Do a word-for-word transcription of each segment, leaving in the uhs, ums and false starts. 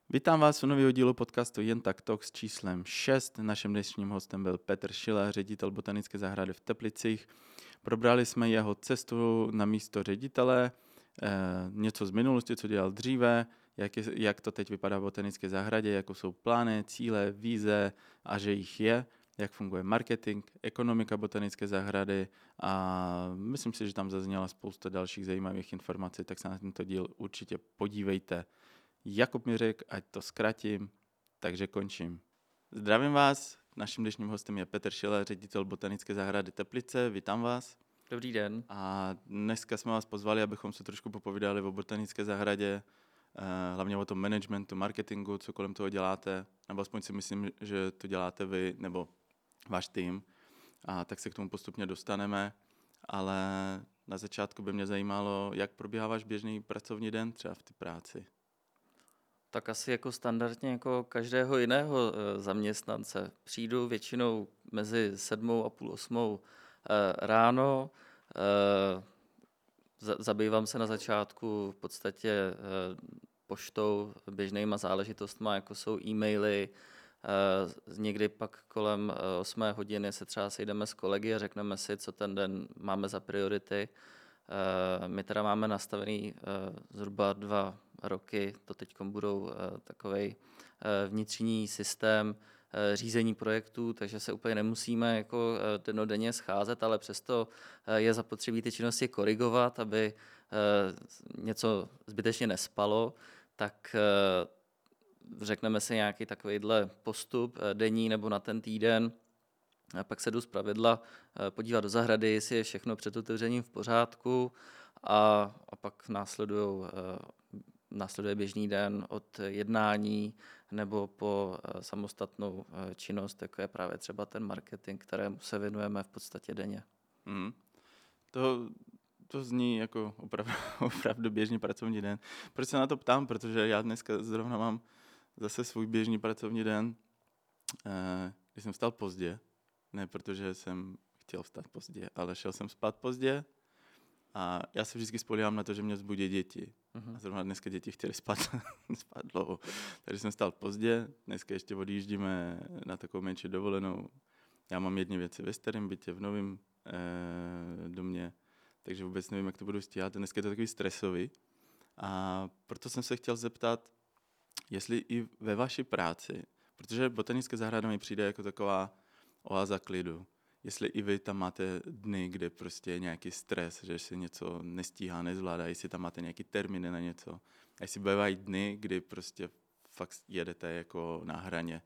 Vítám vás u nového dílu podcastu Jen tak talk s číslem šest. Naším dnešním hostem byl Petr Šila, ředitel Botanické zahrady v Teplicích. Probrali jsme jeho cestu na místo ředitele, eh, něco z minulosti, co dělal dříve, jak, je, jak to teď vypadá v Botanické zahradě, jakou jsou plány, cíle, víze a že jich je, jak funguje marketing, ekonomika Botanické zahrady a myslím si, že tam zazněla spousta dalších zajímavých informací, tak se na tento díl určitě podívejte. Jakub mi řekl, ať to zkrátím, takže končím. Zdravím vás, naším dnešním hostem je Petr Šila, ředitel Botanické zahrady Teplice, vítám vás. Dobrý den. A dneska jsme vás pozvali, abychom se trošku popovídali o Botanické zahradě, hlavně o tom managementu, marketingu, co kolem toho děláte, nebo aspoň si myslím, že to děláte vy, nebo váš tým, a tak se k tomu postupně dostaneme, ale na začátku by mě zajímalo, jak probíhá váš běžný pracovní den třeba v té práci. Tak asi jako standardně jako každého jiného zaměstnance. Přijdu většinou mezi sedmou a půl osmou ráno, zabývám se na začátku v podstatě poštou, běžnýma záležitostma, jako jsou e-maily. Někdy pak kolem osmé hodiny se třeba sejdeme s kolegy a řekneme si, co ten den máme za priority. My teda máme nastavený zhruba dva roky, to teď budou takovej vnitřní systém řízení projektů, takže se úplně nemusíme jako dennodenně scházet, ale přesto je zapotřebí ty činnosti korigovat, aby něco zbytečně nespalo, tak řekneme si nějaký takovýhle postup denní nebo na ten týden. A pak se jdu zpravidla podívat do zahrady, jestli je všechno před otevřením v pořádku a, a pak následuje běžný den od jednání nebo po samostatnou činnost, jako je právě třeba ten marketing, kterému se věnujeme v podstatě denně. Mm. To, to zní jako opravdu, opravdu běžný pracovní den. Proč se na to ptám? Protože já dneska zrovna mám zase svůj běžný pracovní den, když jsem vstal pozdě. Ne protože jsem chtěl vstát pozdě, ale šel jsem spát pozdě a já se vždycky spolíhám na to, že mě vzbudí děti. Uh-huh. A zrovna dneska děti chtěly spát, spát dlouho. Takže jsem vstal pozdě, dneska ještě odjíždíme na takovou menší dovolenou. Já mám jedny věci ve starém bytě, v novém eh, domě, takže vůbec nevím, jak to budu stíhat. Dneska je to takový stresový. A proto jsem se chtěl zeptat, jestli i ve vaší práci, protože Botanická zahrada mi přijde jako taková oáza klidu. Jestli i vy tam máte dny, kde prostě je nějaký stres, že se něco nestíhá, nezvládá, jestli tam máte nějaký termíny na něco. A jestli bývají dny, kdy prostě fakt jedete jako na hraně.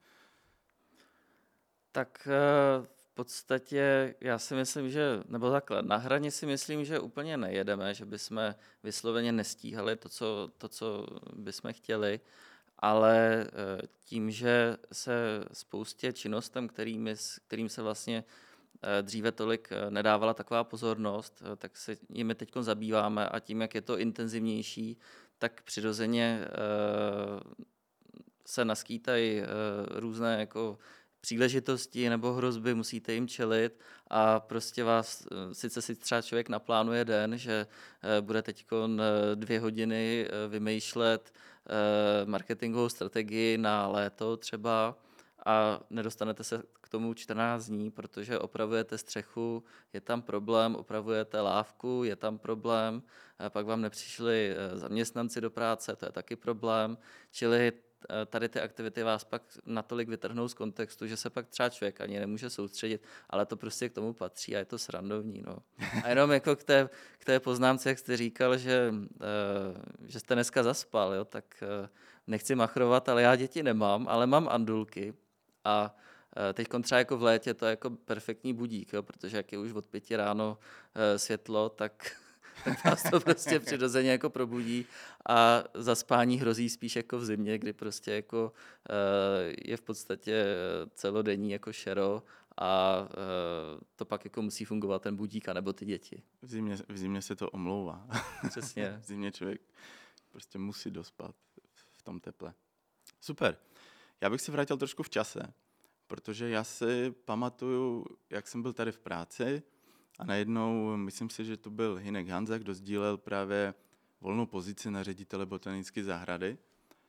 Tak v podstatě já si myslím, že, nebo takhle, na hraně si myslím, že úplně nejedeme, že bychom vysloveně nestíhali to, co, to, co bychom chtěli, ale tím, že se spoustě činnostem, kterými, kterým se vlastně dříve tolik nedávala taková pozornost, tak se jimi teď zabýváme a tím, jak je to intenzivnější, tak přirozeně se naskýtají různé jako příležitosti nebo hrozby, musíte jim čelit a prostě vás, sice si třeba člověk naplánuje den, že bude teď dvě hodiny vymýšlet marketingovou strategii na léto třeba a nedostanete se k tomu čtrnáct dní, protože opravujete střechu, je tam problém, opravujete lávku, je tam problém, pak vám nepřišli zaměstnanci do práce, to je taky problém, čili tady ty aktivity vás pak natolik vytrhnou z kontextu, že se pak třeba člověk ani nemůže soustředit, ale to prostě k tomu patří a je to srandovní. No. A jenom jako k té, k té poznámce, jak jste říkal, že, že jste dneska zaspal, jo, tak nechci machrovat, ale já děti nemám, ale mám andulky a teď třeba jako v létě to je jako perfektní budík, jo, protože jak je už od pěti ráno světlo, tak tak vás to prostě přirozeně jako probudí a zaspání hrozí spíš jako v zimě, kdy prostě jako je v podstatě celodenní jako šero a to pak jako musí fungovat ten budík anebo ty děti. V zimě, v zimě se to omlouvá. Přesně. V zimě člověk prostě musí dospat v tom teple. Super. Já bych se vrátil trošku v čase, protože já si pamatuju, jak jsem byl tady v práci, a najednou, myslím si, že to byl Hynek Hanza, kdo sdílel právě volnou pozici na ředitele Botanické zahrady.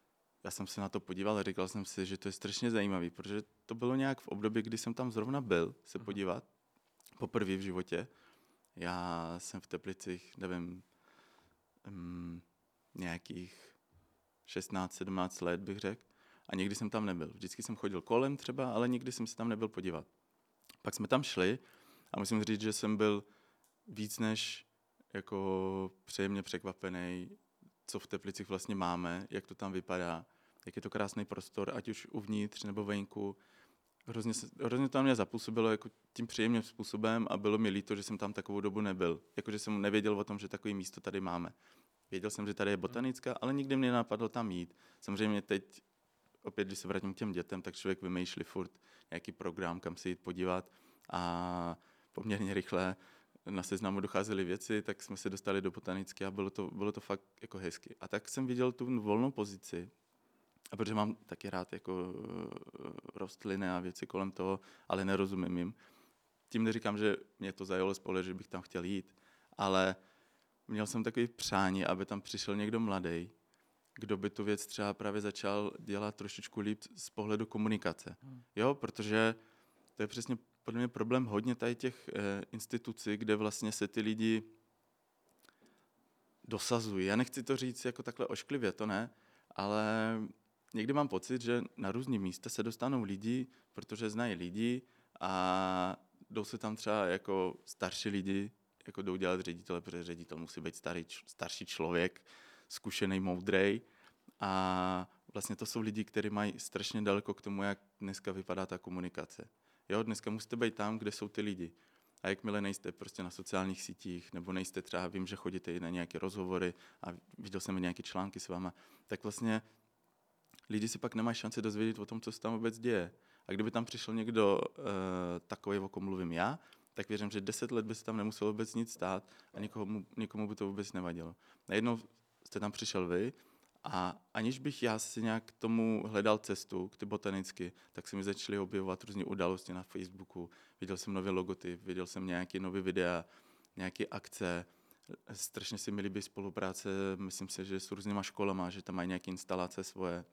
já jsem se na to podíval a říkal jsem si, že to je strašně zajímavý, protože to bylo nějak v období, kdy jsem tam zrovna byl se podívat, poprvé v životě. Já jsem v Teplicích, nevím, um, nějakých šestnáct sedmnáct let bych řekl a nikdy jsem tam nebyl. Vždycky jsem chodil kolem třeba, ale nikdy jsem se tam nebyl podívat. Pak jsme tam šli a musím říct, že jsem byl víc než jako příjemně překvapený, co v Teplicích vlastně máme, jak to tam vypadá, jak je to krásný prostor, ať už uvnitř nebo venku. Hrozně, se, hrozně to na mě zapůsobilo jako tím příjemným způsobem a bylo mi líto, že jsem tam takovou dobu nebyl. Jakože jsem nevěděl o tom, že takové místo tady máme. Věděl jsem, že tady je botanická, ale nikdy mě nenapadlo tam jít. Samozřejmě teď, opět, když se vrátím k těm dětem, tak člověk vymýšlí furt nějaký program, kam se jít podívat a poměrně rychle na seznamu docházely věci, tak jsme se dostali do botanické a bylo to, bylo to fakt jako hezky. A tak jsem viděl tu volnou pozici, a protože mám taky rád jako rostliny a věci kolem toho, ale nerozumím jim. Tím neříkám, že mě to zajalo z pole, že bych tam chtěl jít, ale měl jsem takový přání, aby tam přišel někdo mladý, kdo by tu věc třeba právě začal dělat trošičku líp z pohledu komunikace. Jo, protože to je přesně podle mě problém hodně tady těch eh, institucí, kde vlastně se ty lidi dosazují. Já nechci to říct jako takhle ošklivě, to ne, ale někdy mám pocit, že na různý místa se dostanou lidi, protože znají lidi a jdou se tam třeba jako starší lidi, jako jdou dělat ředitele, protože ředitel musí být starý, starší člověk, zkušený, moudrej. A vlastně to jsou lidi, kteří mají strašně daleko k tomu, jak dneska vypadá ta komunikace. Jo, dneska musíte být tam, kde jsou ty lidi. A jakmile nejste prostě na sociálních sítích, nebo nejste třeba, vím, že chodíte i na nějaké rozhovory a viděl jsem nějaké články s váma, tak vlastně lidi si pak nemají šanci dozvědět o tom, co se tam vůbec děje. A kdyby tam přišel někdo uh, takový, o kom mluvím já, tak věřím, že deset let by se tam nemuselo vůbec nic stát a nikomu, nikomu by to vůbec nevadilo. Najednou jste tam přišel vy a aniž bych já si nějak k tomu hledal cestu, k ty botanicky, tak se mi začaly objevovat různé události na Facebooku. Viděl jsem nový logotyp, viděl jsem nějaké nové videa, nějaké akce. Strašně si mi líbí spolupráce, myslím si, že s různýma školama, že tam mají nějaké instalace svoje.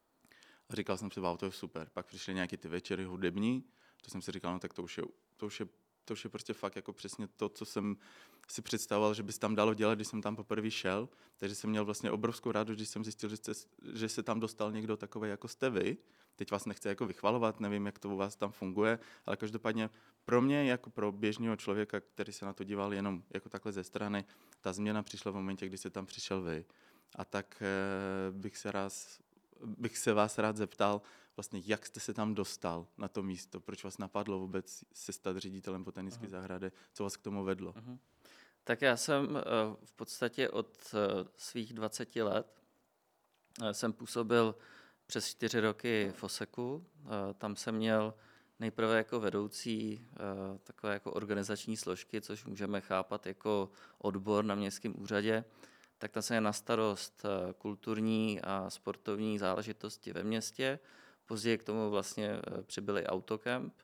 A říkal jsem si, wow, to je super. Pak přišly nějaké ty večery hudební, to jsem si říkal, no tak to už je, to už je, to už je prostě fakt jako přesně to, co jsem si představoval, že by se tam dalo dělat, když jsem tam poprvé šel. Takže jsem měl vlastně obrovskou radost, když jsem zjistil, že, jste, že se tam dostal někdo takový, jako jste vy. Teď vás nechci jako vychvalovat, nevím, jak to u vás tam funguje, ale každopádně pro mě, jako pro běžného člověka, který se na to díval jenom jako takhle ze strany, ta změna přišla v momentě, kdy jste tam přišel vy. A tak eh, bych se raz bych se vás rád zeptal, vlastně, jak jste se tam dostal na to místo, proč vás napadlo vůbec se stát ředitelem botanické zahrady, co vás k tomu vedlo? Uh-huh. Tak já jsem uh, v podstatě od uh, svých dvaceti let uh, jsem působil přes čtyři roky v Oseku. Uh, tam jsem měl nejprve jako vedoucí uh, takové jako organizační složky, což můžeme chápat jako odbor na městském úřadě. Tak tam jsem je na starost kulturní a sportovní záležitosti ve městě. Později k tomu vlastně přibyly Autocamp.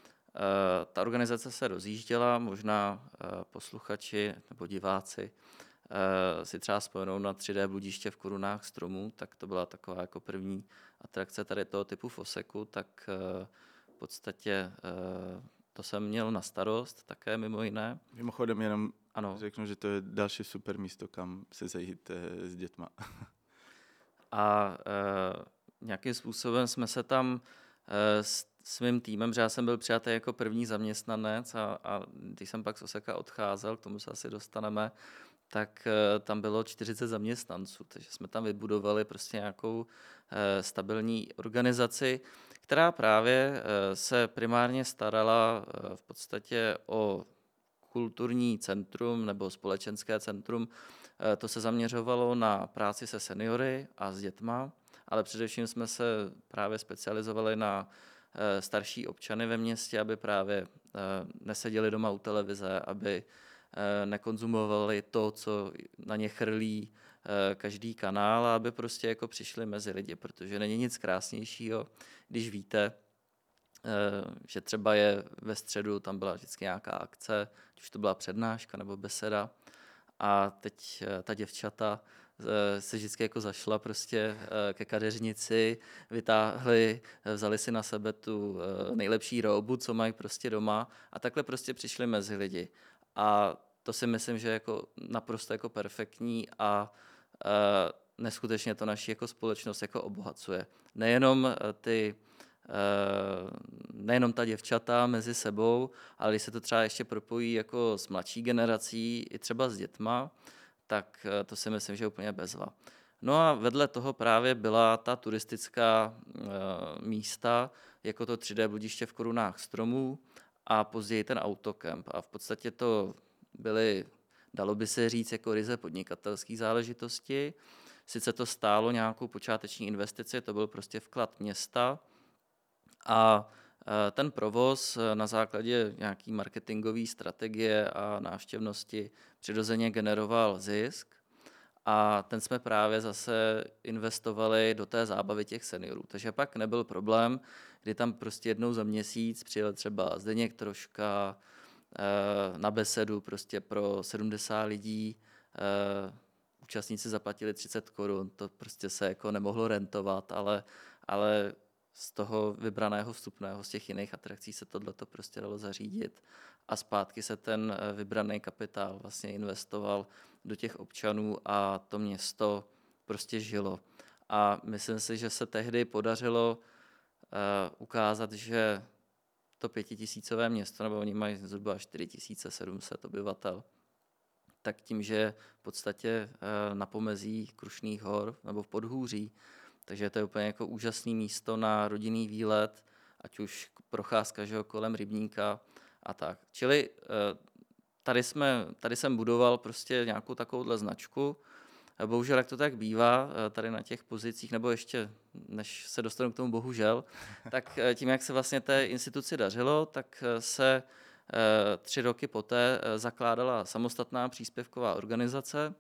Ta organizace se rozjížděla, možná posluchači nebo diváci si třeba vzpomenou na tři dé bludiště v korunách stromů, tak to byla taková jako první atrakce tady toho typu v Oseku, tak v podstatě to jsem měl na starost také mimo jiné. Mimochodem jenom ano. Řeknu, že to je další super místo, kam se zajít s dětma. A e, nějakým způsobem jsme se tam e, s svým týmem, že já jsem byl přijatý jako první zaměstnanec a, a když jsem pak z Oseka odcházel, k tomu se asi dostaneme, tak e, tam bylo čtyřicet zaměstnanců, takže jsme tam vybudovali prostě nějakou e, stabilní organizaci, která právě e, se primárně starala e, v podstatě o kulturní centrum nebo společenské centrum. To se zaměřovalo na práci se seniory a s dětma, ale především jsme se právě specializovali na starší občany ve městě, aby právě neseděli doma u televize, aby nekonzumovali to, co na ně chrlí každý kanál, a aby prostě jako přišli mezi lidi, protože není nic krásnějšího, když víte, že třeba je ve středu, tam byla vždycky nějaká akce, už to byla přednáška nebo beseda, a teď ta děvčata se vždycky jako zašla prostě ke kadeřnici, vytáhli, vzali si na sebe tu nejlepší roubu, co mají prostě doma a takhle prostě přišli mezi lidi. A to si myslím, že je jako naprosto jako perfektní a neskutečně to naši jako společnost jako obohacuje. Nejenom ty nejenom ta děvčata mezi sebou, ale když se to třeba ještě propojí jako s mladší generací, i třeba s dětma, tak to si myslím, že je úplně bezva. No a vedle toho právě byla ta turistická místa, jako to tři dé bludiště v korunách stromů a později ten autokemp. A v podstatě to byly, dalo by se říct, jako ryze podnikatelské záležitosti. Sice to stálo nějakou počáteční investici, to byl prostě vklad města, a ten provoz na základě nějaký marketingové strategie a návštěvnosti přirozeně generoval zisk a ten jsme právě zase investovali do té zábavy těch seniorů. Takže pak nebyl problém, kdy tam prostě jednou za měsíc přijel třeba Zdeněk Troška na besedu prostě pro sedmdesát lidí, účastníci zaplatili třicet korun, to prostě se jako nemohlo rentovat, ale, ale z toho vybraného vstupného, z těch jiných atrakcí se tohleto prostě dalo zařídit a zpátky se ten vybraný kapitál vlastně investoval do těch občanů a to město prostě žilo. A myslím si, že se tehdy podařilo uh, ukázat, že to pětitisícové město, nebo oni mají zhruba čtyři tisíce sedm set obyvatel, tak tím, že v podstatě uh, na pomezí Krušných hor nebo v Podhůří, takže to je úplně jako úžasné místo na rodinný výlet, ať už procházka že, kolem rybníka a tak. Čili tady, jsme, tady jsem budoval prostě nějakou takovouhle značku. Bohužel, jak to tak bývá, tady na těch pozicích, nebo ještě než se dostanu k tomu bohužel, tak tím, jak se vlastně té instituci dařilo, tak se tři roky poté zakládala samostatná příspěvková organizace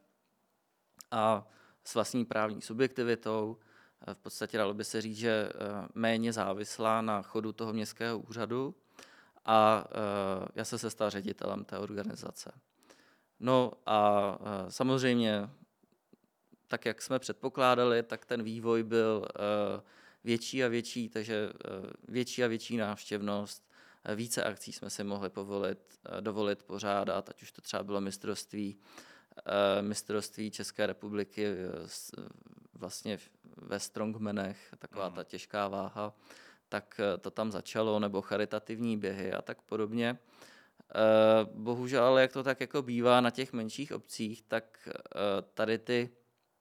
a s vlastní právní subjektivitou, v podstatě dalo by se říct, že méně závislá na chodu toho městského úřadu a já jsem se stal ředitelem té organizace. No a samozřejmě, tak jak jsme předpokládali, tak ten vývoj byl větší a větší, takže větší a větší návštěvnost, více akcí jsme si mohli povolit, dovolit pořádat, ať už to třeba bylo mistrovství, mistrovství České republiky vlastně ve strongmanech, taková ta těžká váha, tak to tam začalo, nebo charitativní běhy a tak podobně. Bohužel, jak to tak jako bývá na těch menších obcích, tak tady ty,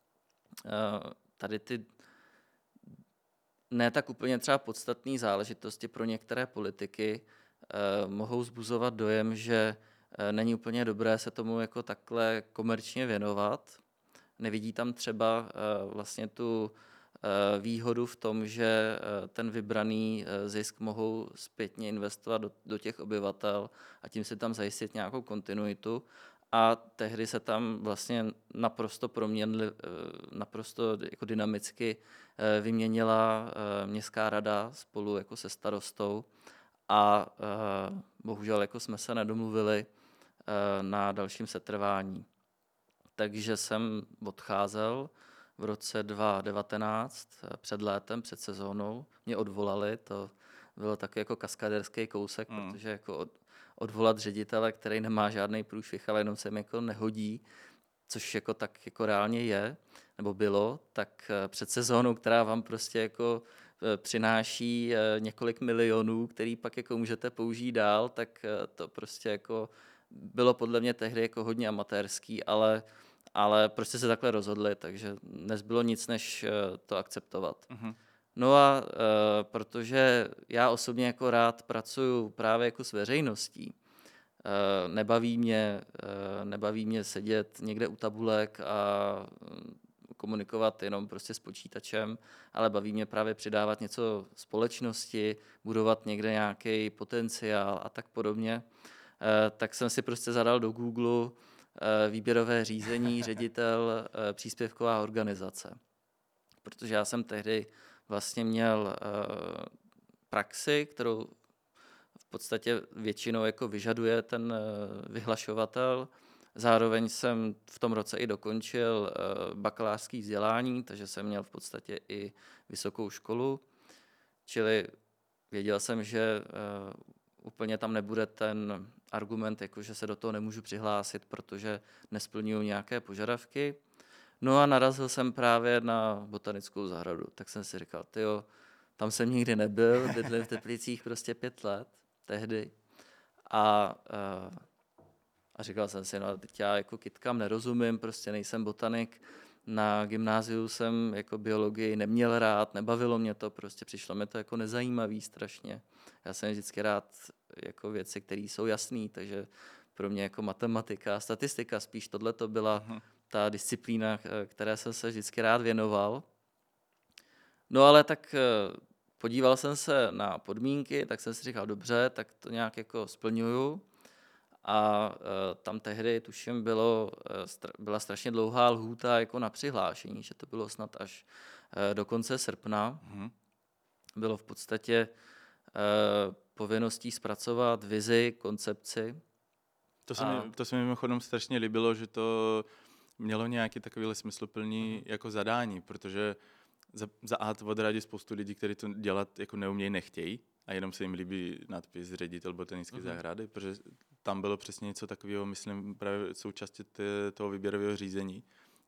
tady ty ne tak úplně třeba podstatné záležitosti pro některé politiky mohou vzbuzovat dojem, že není úplně dobré se tomu jako takhle komerčně věnovat. Nevidí tam třeba vlastně tu výhodu v tom, že ten vybraný zisk mohou zpětně investovat do, do těch obyvatel a tím si tam zajistit nějakou kontinuitu. A tehdy se tam vlastně naprosto proměnili, naprosto jako dynamicky vyměnila městská rada spolu jako se starostou a bohužel jako jsme se nedomluvili na dalším setrvání. Takže jsem odcházel v roce dva tisíce devatenáct, před létem, před sezónou. Mě odvolali, to bylo taky jako kaskaderský kousek, mm. protože jako od, odvolat ředitele, který nemá žádný průšvih, ale jenom se mi jako nehodí, což jako tak jako reálně je, nebo bylo, tak před sezónou, která vám prostě jako přináší několik milionů, který pak jako můžete použít dál, tak to prostě jako bylo podle mě tehdy jako hodně amatérský, ale ale prostě se takhle rozhodli, takže nezbylo nic, než to akceptovat. Uh-huh. No a uh, protože já osobně jako rád pracuju právě jako s veřejností, uh, nebaví mě, uh, nebaví mě sedět někde u tabulek a komunikovat jenom prostě s počítačem, ale baví mě právě přidávat něco společnosti, budovat někde nějaký potenciál a tak podobně, uh, tak jsem si prostě zadal do Google výběrové řízení, ředitel, příspěvková organizace. Protože já jsem tehdy vlastně měl praxi, kterou v podstatě většinou jako vyžaduje ten vyhlašovatel Zároveň jsem v tom roce i dokončil bakalářský vzdělání, takže jsem měl v podstatě i vysokou školu, čili věděl jsem, že úplně tam nebude ten argument, jako že se do toho nemůžu přihlásit, protože nesplňuji nějaké požadavky. No a narazil jsem právě na botanickou zahradu, tak jsem si říkal, tyjo, tam jsem nikdy nebyl, bydlím v Teplicích prostě pět let tehdy a, a říkal jsem si, no teď já jako kytkám nerozumím, prostě nejsem botanik, na gymnáziu jsem jako biologii neměl rád, nebavilo mě to, prostě přišlo mi to jako nezajímavý strašně. Já jsem vždycky rád jako věci, které jsou jasné, takže pro mě jako matematika, statistika, spíš tohle to byla uh-huh. ta disciplína, které jsem se vždycky rád věnoval. No ale tak podíval jsem se na podmínky, tak jsem si říkal, dobře, tak to nějak jako splňuju. A e, tam tehdy, tuším, bylo, e, byla strašně dlouhá lhůta jako na přihlášení, že to bylo snad až e, do konce srpna. Mm-hmm. Bylo v podstatě e, povinností zpracovat vizi, koncepci. To se, a... mi, to se mi mimochodem strašně líbilo, že to mělo nějaký takovýhle smysluplný mm-hmm. jako zadání, protože za, za A to odradí spoustu lidí, kteří to dělat jako neumějí, nechtějí a jenom se jim líbí nadpis ředitel botanické mm-hmm. zahrady, protože tam bylo přesně něco takového, myslím, právě součástí t- toho výběrového řízení,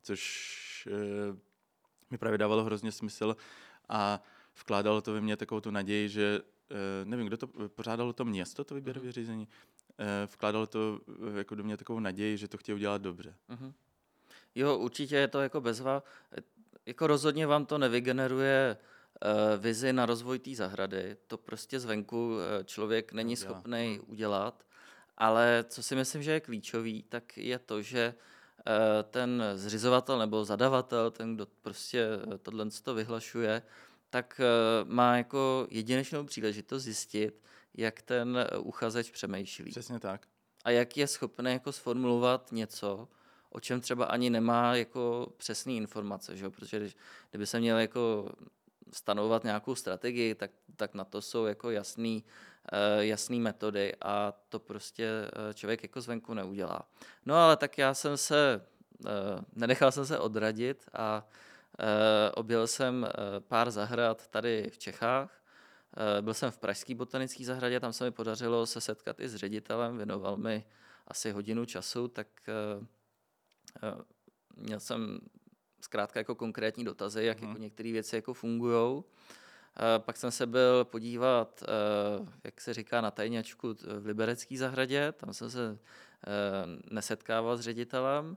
což e, mi právě dávalo hrozně smysl a vkládalo to ve mně takovou tu naději, že e, nevím, kdo to pořádalo, to město, to výběrové řízení, e, vkládalo to jako do mě takovou naději, že to chtějí udělat dobře. Mm-hmm. Jo, určitě je to jako bezva. Jako rozhodně vám to nevygeneruje uh, vizi na rozvoj té zahrady. To prostě zvenku uh, člověk není schopný udělat. Ale co si myslím, že je klíčový, tak je to, že uh, ten zřizovatel nebo zadavatel, ten, kdo prostě tohle to vyhlašuje, tak uh, má jako jedinečnou příležitost zjistit, jak ten uchazeč přemýšlí. Přesně tak. A jak je schopný jako sformulovat něco, o čem třeba ani nemá jako přesné informace, že? Protože když, kdyby se měl jako stanovovat nějakou strategii, tak, tak na to jsou jako jasný, uh, jasný metody a to prostě uh, člověk jako zvenku neudělá. No ale tak já jsem se, uh, nenechal jsem se odradit a uh, objel jsem uh, pár zahrad tady v Čechách. Uh, byl jsem v pražské botanické zahradě, tam se mi podařilo se setkat i s ředitelem, věnoval mi asi hodinu času, tak uh, uh, měl jsem zkrátka jako konkrétní dotazy, jak hmm. jako některé věci jako fungujou. Pak jsem se byl podívat, jak se říká, na tajňačku v Liberecké zahradě, tam jsem se nesetkával s ředitelem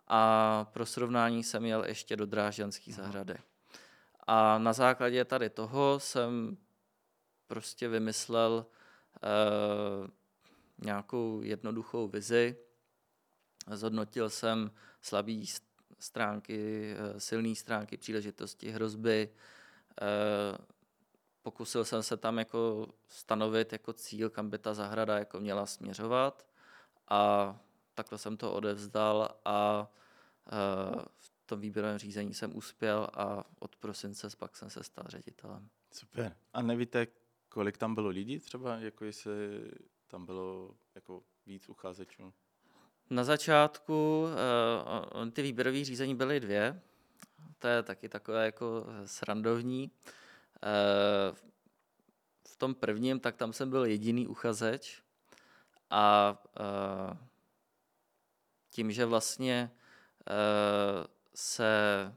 a pro srovnání jsem jel ještě do Drážďanské zahrady. A na základě tady toho jsem prostě vymyslel nějakou jednoduchou vizi, zhodnotil jsem slabý stránky, silné stránky, příležitosti, hrozby. Pokusil jsem se tam jako stanovit jako cíl, kam by ta zahrada jako měla směřovat a takhle jsem to odevzdal a v tom výběrovém řízení jsem uspěl a od prosince pak jsem se stal ředitelem. Super. A nevíte, kolik tam bylo lidí třeba, jako jestli tam bylo jako víc uchazečů? Na začátku uh, ty výběrové řízení byly dvě, to je taky takové jako srandovní. Uh, v tom prvním, tak tam jsem byl jediný uchazeč a uh, tím, že vlastně uh, se,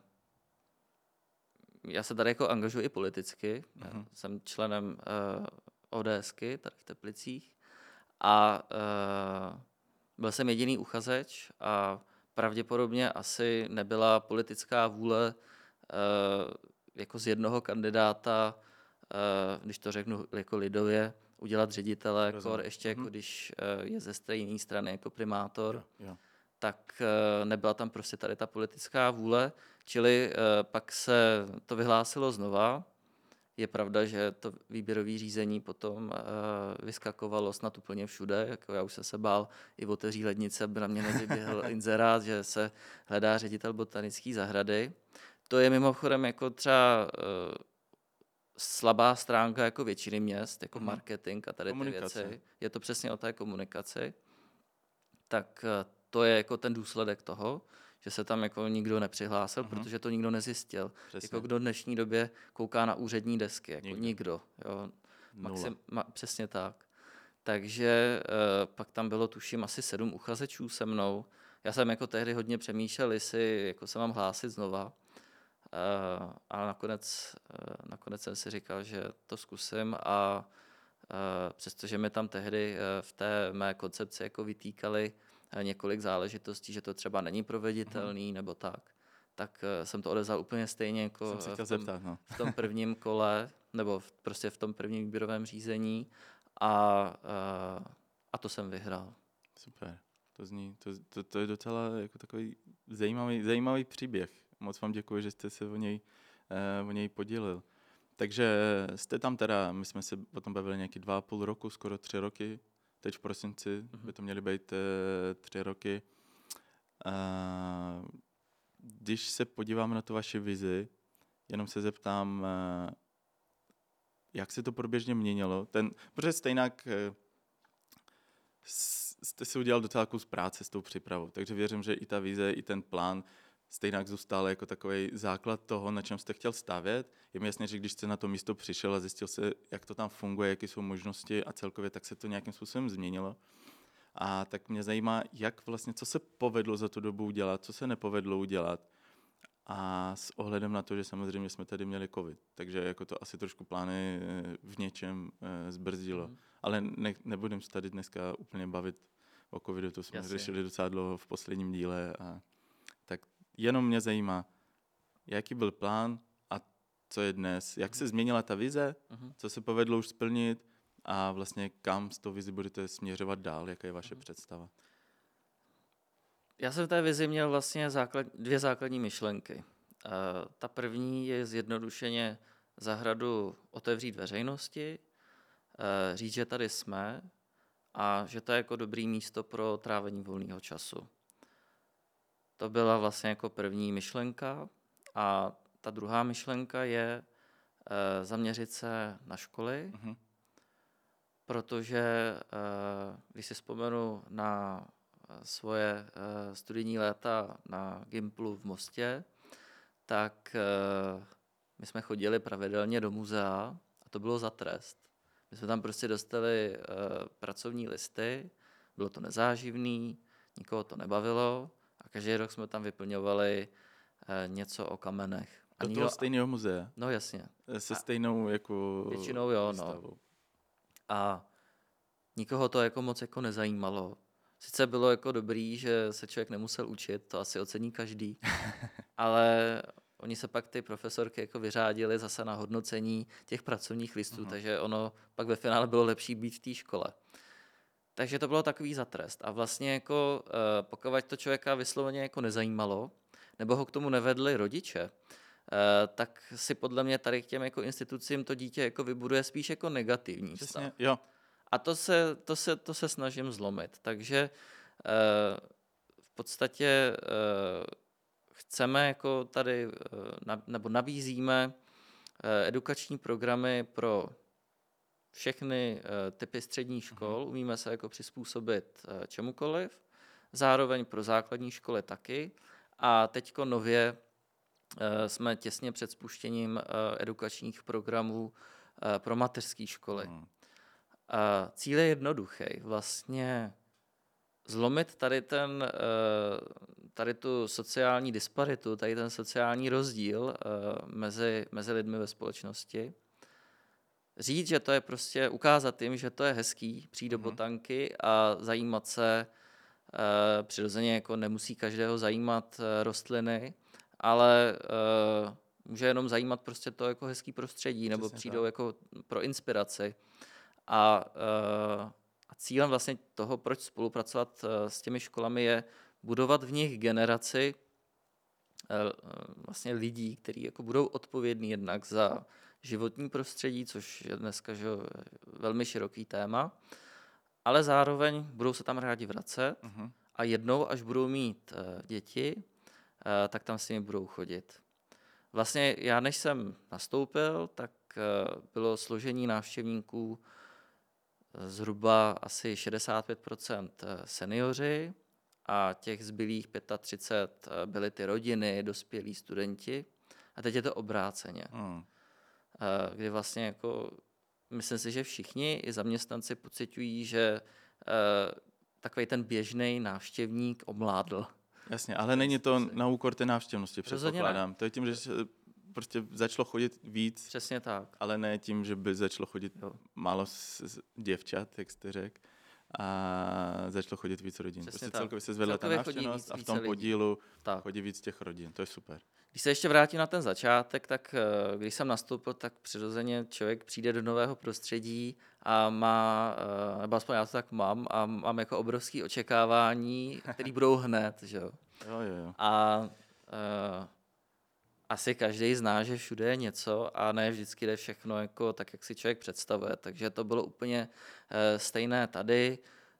já se tady jako angažuji i politicky, uh-huh. jsem členem uh, ODSky tady v Teplicích a uh, byl jsem jediný uchazeč a pravděpodobně asi nebyla politická vůle uh, jako z jednoho kandidáta, uh, když to řeknu jako lidově, udělat ředitele, kor, ještě jako mm-hmm. když uh, je ze stejné strany jako primátor, jo, jo. tak uh, nebyla tam prostě tady ta politická vůle, čili uh, pak se to vyhlásilo znova. Je pravda, že to výběrové řízení potom uh, vyskakovalo snad úplně všude. Jako já už jsem se bál i otevřít lednice, aby na mě nevyběhl inzerát, že se hledá ředitel botanické zahrady. To je mimochodem jako třeba uh, slabá stránka jako většiny měst, jako mm. marketing a tady ty věci. Je to přesně o té komunikaci. Tak uh, to je jako ten důsledek toho, že se tam jako nikdo nepřihlásil, Mhm. protože to nikdo nezjistil. Přesně. Jako kdo v dnešní době kouká na úřední desky, jako Nikdo. nikdo. Jo. Nula. Maxim, ma, přesně tak. Takže uh, pak tam bylo tuším asi sedm uchazečů se mnou. Já jsem jako tehdy hodně přemýšlel, jestli jako se mám hlásit znova. Uh, ale nakonec, uh, nakonec jsem si říkal, že to zkusím a uh, přestože mi tam tehdy uh, v té mé koncepci jako vytýkali uh, několik záležitostí, že to třeba není proveditelný mm. nebo tak, tak uh, jsem to odevzal úplně stejně jako Jsem se v chtěl tom, zeptat, no. v tom prvním kole nebo v, prostě v tom prvním výběrovém řízení a, uh, a to jsem vyhrál. Super. To zní, to, to, to je docela jako takový zajímavý, zajímavý příběh. Moc vám děkuji, že jste se o něj, uh, o něj podělil. Takže jste tam teda, my jsme se o tom bavili nějaký dva a půl roku, skoro tři roky. Teď v prosinci mm-hmm. by to měly být uh, tři roky. Uh, když se podívám na tu vaši vizi, jenom se zeptám, uh, jak se to průběžně měnilo. Ten, protože stejnak uh, jste si udělal docela kus práce s tou přípravou, takže věřím, že i ta vize, i ten plán stejnak zůstal jako takový základ toho, na čem jste chtěl stavět. Je mi jasné, že když jste na to místo přišel a zjistil se, jak to tam funguje, jaké jsou možnosti a celkově, tak se to nějakým způsobem změnilo. A tak mě zajímá, jak vlastně, co se povedlo za tu dobu udělat, co se nepovedlo udělat. A s ohledem na to, že samozřejmě jsme tady měli covid, takže jako to asi trošku plány v něčem zbrzdilo. Mm. Ale ne, nebudem se tady dneska úplně bavit o covidu, to jsme Jasně. řešili docela dlouho v posledním díle. A tak jenom mě zajímá, jaký byl plán a co je dnes, jak se změnila ta vize, mm. co se povedlo už splnit a vlastně kam s tou vizi budete směřovat dál, jaká je vaše mm. představa. Já jsem v té vizi měl vlastně základ, dvě základní myšlenky. Uh, ta první je zjednodušeně zahradu otevřít veřejnosti, uh, říct, že tady jsme a že to je jako dobrý místo pro trávení volného času. To byla vlastně jako první myšlenka a ta druhá myšlenka je uh, zaměřit se na školy, uh-huh. protože uh, když si vzpomenu na svoje uh, studijní léta na Gimplu v Mostě, tak uh, my jsme chodili pravidelně do muzea a to bylo za trest. My jsme tam prostě dostali uh, pracovní listy, bylo to nezáživný, nikoho to nebavilo a každý rok jsme tam vyplňovali uh, něco o kamenech. Do toho stejného muzea? No jasně. Se stejnou jako většinou jo, výstavou. No. A nikoho to jako moc jako nezajímalo. Sice bylo jako dobrý, že se člověk nemusel učit, to asi ocení každý, ale oni se pak ty profesorky jako vyřádili zase na hodnocení těch pracovních listů, uh-huh. takže ono pak ve finále bylo lepší být v té škole. Takže to bylo takový za trest. A vlastně jako pokud to člověka vysloveně jako nezajímalo, nebo ho k tomu nevedli rodiče, tak si podle mě tady k těm jako institucím to dítě jako vybuduje spíš jako negativní Přesně, stav. Jo. A to se, to, se, to se snažím zlomit. Takže uh, v podstatě uh, chceme jako tady, uh, na, nebo nabízíme uh, edukační programy pro všechny uh, typy středních škol. Uh-huh. Umíme se jako přizpůsobit uh, čemukoliv. Zároveň pro základní školy taky. A teďko nově uh, jsme těsně před spuštěním uh, edukačních programů uh, pro mateřské školy. Uh-huh. A cíl je jednoduchý. Vlastně zlomit tady, ten, tady tu sociální disparitu, tady ten sociální rozdíl mezi, mezi lidmi ve společnosti. Říct, že to je prostě, ukázat jim, že to je hezký, přijít do botanky a zajímat se, přirozeně jako nemusí každého zajímat rostliny, ale může jenom zajímat prostě to jako hezký prostředí, nebo Přesně přijdou tak. jako pro inspiraci. A, a cílem vlastně toho, proč spolupracovat s těmi školami, je budovat v nich generaci vlastně lidí, kteří jako budou odpovědní jednak za životní prostředí, což je dneska že, velmi široký téma, ale zároveň budou se tam rádi vracet uh-huh. a jednou, až budou mít děti, tak tam s nimi budou chodit. Vlastně já, než jsem nastoupil, tak bylo složení návštěvníků zhruba asi šedesát pět procent seniori a těch zbylých třicet pět byly ty rodiny, dospělí studenti. A teď je to obráceně. Mm. Kdy vlastně jako, myslím si, že všichni i zaměstnanci pociťují, že takový ten běžný návštěvník omládl. Jasně, ale není to na úkor té návštěvnosti, předpokládám. To je tím, že se prostě začalo chodit víc. Přesně tak. Ale ne tím, že by začalo chodit jo. málo děvčat, jak jste řekl, a začalo chodit víc rodin. Přesně prostě celkově se zvedla ta návštěvnost a v tom podílu tak. chodí víc těch rodin. To je super. Když se ještě vrátím na ten začátek, tak když jsem nastoupil, tak přirozeně člověk přijde do nového prostředí a má, nebo aspoň já to tak mám, a mám jako obrovské očekávání, které budou hned. Že? Jo, jo, jo. A uh, asi každý zná, že všude je něco a ne vždycky jde všechno jako tak, jak si člověk představuje. Takže to bylo úplně uh, stejné tady.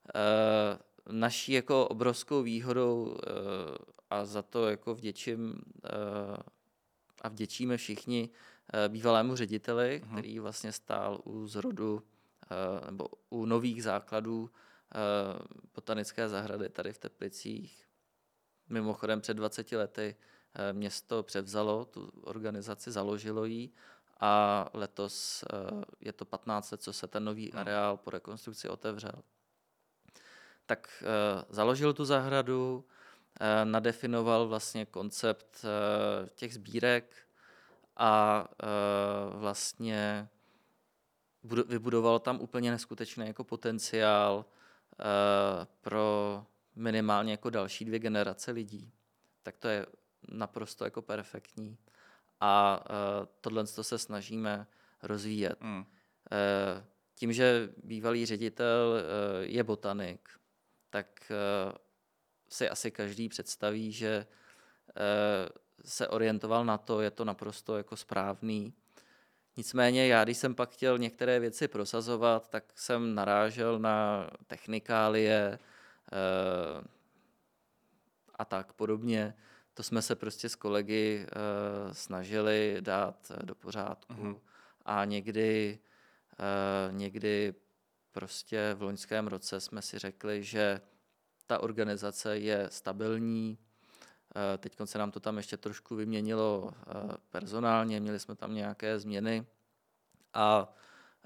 Uh, naší jako obrovskou výhodou uh, a za to jako vděčím uh, a vděčíme všichni uh, bývalému řediteli, uh-huh. který vlastně stál u zrodu uh, nebo u nových základů uh, botanické zahrady tady v Teplicích. Mimochodem před dvaceti lety uh, město převzalo tu organizaci, založilo ji a letos uh, je to patnáct let, co se ten nový uh-huh. areál po rekonstrukci otevřel. Tak uh, založil tu zahradu, uh, nadefinoval vlastně koncept uh, těch sbírek a uh, vlastně budu, vybudoval tam úplně neskutečný jako potenciál uh, pro minimálně jako další dvě generace lidí. Tak to je naprosto jako perfektní. A uh, tohle se snažíme rozvíjet. Mm. Uh, tím, že bývalý ředitel uh, je botanik, tak uh, si asi každý představí, že uh, se orientoval na to, je to naprosto jako správný. Nicméně já, když jsem pak chtěl některé věci prosazovat, tak jsem narážel na technikálie uh, a tak podobně. To jsme se prostě s kolegy uh, snažili dát do pořádku. Mm-hmm. A někdy, uh, někdy prostě v loňském roce jsme si řekli, že ta organizace je stabilní. Teď se nám to tam ještě trošku vyměnilo personálně, měli jsme tam nějaké změny. A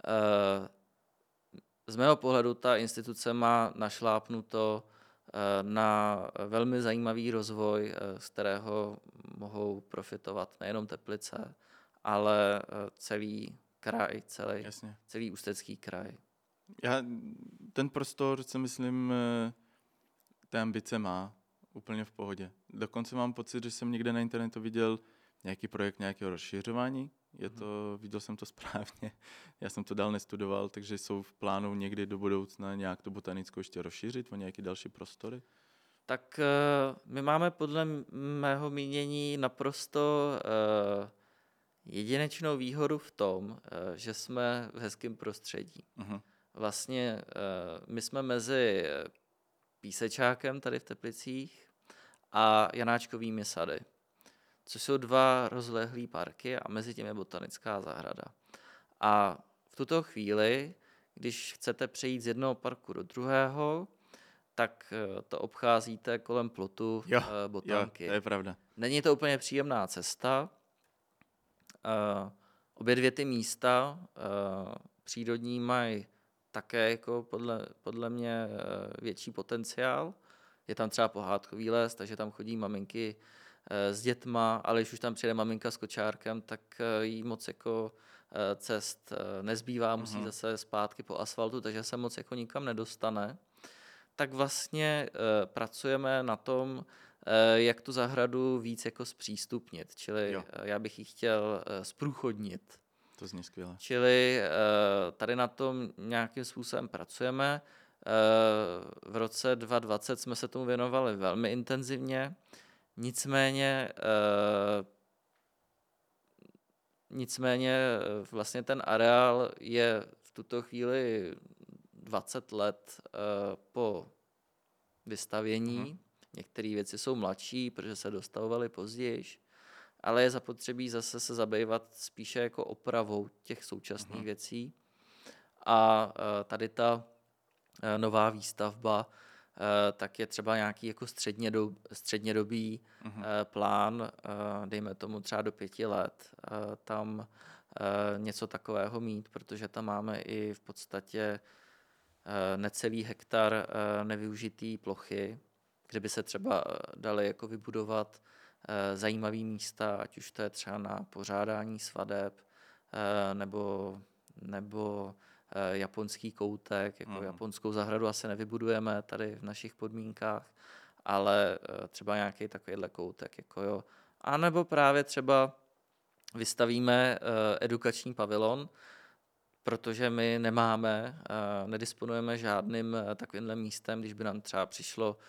z mého pohledu ta instituce má našlápnuto na velmi zajímavý rozvoj, z kterého mohou profitovat nejenom Teplice, ale celý kraj, celý, celý Ústecký kraj. Já ten prostor, si myslím, té ambice má úplně v pohodě. Dokonce mám pocit, že jsem někde na internetu viděl nějaký projekt nějakého rozšiřování. Je to, viděl jsem to správně. Já jsem to dál nestudoval, takže jsou v plánu někdy do budoucna nějak to botanickou ještě rozšířit o nějaké další prostory? Tak my máme podle mého mínění naprosto jedinečnou výhodu v tom, že jsme v hezkém prostředí. Uh-huh. Vlastně my jsme mezi Písečákem tady v Teplicích a Janáčkovými sady, což jsou dva rozlehlý parky a mezi tím je botanická zahrada. A v tuto chvíli, když chcete přejít z jednoho parku do druhého, tak to obcházíte kolem plotu jo, botanky. Jo, to je pravda. Není to úplně příjemná cesta. Uh, obě dvě ty místa uh, přírodní mají také jako podle, podle mě větší potenciál. Je tam třeba pohádkový les, takže tam chodí maminky s dětma, ale když už tam přijde maminka s kočárkem, tak jí moc jako cest nezbývá, musí uh-huh. zase zpátky po asfaltu, takže se moc jako nikam nedostane. Tak vlastně pracujeme na tom, jak tu zahradu víc jako zpřístupnit, čili jo. já bych ji chtěl zprůchodnit. To zní skvěle. Čili tady na tom nějakým způsobem pracujeme. V roce dva tisíce dvacet jsme se tomu věnovali velmi intenzivně, nicméně, nicméně vlastně ten areál je v tuto chvíli dvacet let po vystavění. Uh-huh. Některé věci jsou mladší, protože se dostavovaly později. Ale je zapotřebí zase se zabývat spíše jako opravou těch současných uh-huh. věcí. A tady ta nová výstavba tak je třeba nějaký jako střednědob, střednědobý uh-huh. plán, dejme tomu třeba do pěti let, tam něco takového mít, protože tam máme i v podstatě necelý hektar nevyužitý plochy, kde by se třeba daly jako vybudovat zajímavé místa, ať už to je třeba na pořádání svadeb, nebo, nebo japonský koutek, jako mm. japonskou zahradu asi nevybudujeme tady v našich podmínkách, ale třeba nějaký takovýhle koutek. Jako jo. A nebo právě třeba vystavíme edukační pavilon, protože my nemáme, nedisponujeme žádným takovýmhle místem, když by nám třeba přišlo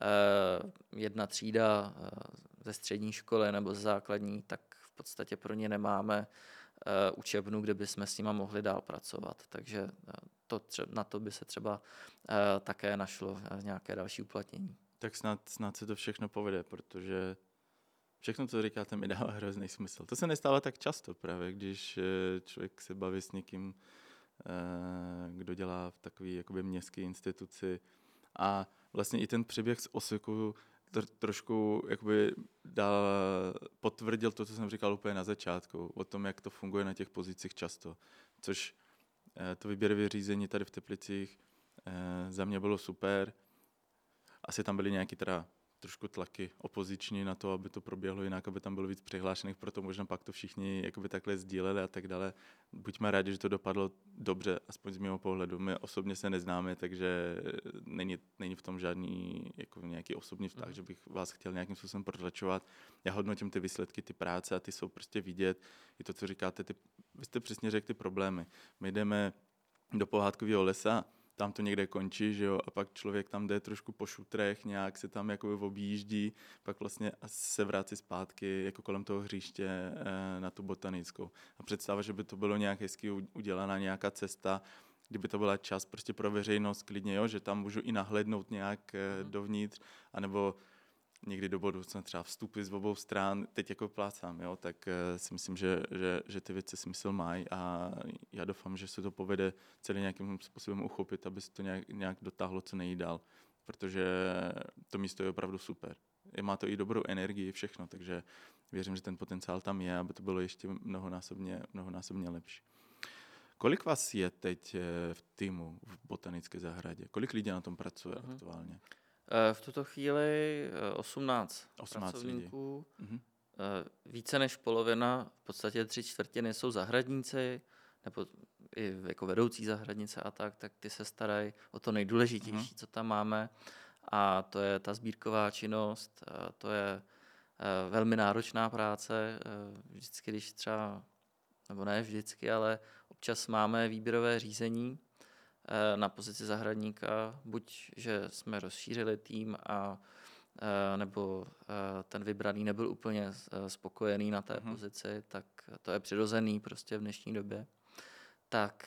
jedna třída ze střední školy nebo ze základní, tak v podstatě pro ně nemáme učebnu, kde bychom s nima mohli dál pracovat. Takže to tře- na to by se třeba také našlo nějaké další uplatnění. Tak snad, snad se to všechno povede, protože všechno, co říkáte, mi dává hrozný smysl. To se nestává tak často právě, když člověk se baví s někým, kdo dělá v takové jakoby městské instituci. A vlastně i ten příběh z Oseku trošku jakoby dal, potvrdil to, co jsem říkal úplně na začátku, o tom, jak to funguje na těch pozicích často. Což to výběrové řízení tady v Teplicích za mě bylo super. Asi tam byly nějaký teda trošku tlaky opoziční na to, aby to proběhlo jinak, aby tam bylo víc přihlášených, proto možná pak to všichni jakoby takhle sdíleli a tak dále. Buďme rádi, že to dopadlo dobře, aspoň z mého pohledu. My osobně se neznáme, takže není, není v tom žádný jako nějaký osobní vztah, mm. že bych vás chtěl nějakým způsobem protlačovat. Já hodnotím ty výsledky, ty práce a ty jsou prostě vidět. I to, co říkáte, ty, vy jste přesně řekli ty problémy. My jdeme do pohádkového lesa, tam to někde končí, že jo, a pak člověk tam jde trošku po šutrech, nějak se tam jako objíždí, pak vlastně se vrací zpátky jako kolem toho hřiště e, na tu botanickou. A představa, že by to bylo nějak hezky udělaná nějaká cesta, kdyby to byla čas prostě pro veřejnost klidně, jo, že tam můžu i nahlédnout nějak e, dovnitř, anebo někdy do budoucna třeba vstupy z obou stran, teď jako plácám, jo, tak uh, si myslím, že, že, že ty věci smysl mají a já doufám, že se to povede celý nějakým způsobem uchopit, aby se to nějak, nějak dotáhlo co nejdál, protože to místo je opravdu super. Má to i dobrou energii, všechno, takže věřím, že ten potenciál tam je, aby to bylo ještě mnohonásobně, mnohonásobně lepší. Kolik vás je teď v týmu v botanické zahradě? Kolik lidí na tom pracuje uh-huh. aktuálně? V tuto chvíli osmnáct, osmnáct pracovníků, lidí. Více než polovina, v podstatě tři čtvrtiny jsou zahradníci, nebo i jako vedoucí zahradnice a tak, tak ty se starají o to nejdůležitější, uh-huh. co tam máme, a to je ta sbírková činnost, to je velmi náročná práce, vždycky, když třeba, nebo ne vždycky, ale občas máme výběrové řízení na pozici zahradníka, buď, že jsme rozšířili tým a nebo ten vybraný nebyl úplně spokojený na té uh-huh. pozici, tak to je přirozený prostě v dnešní době. Tak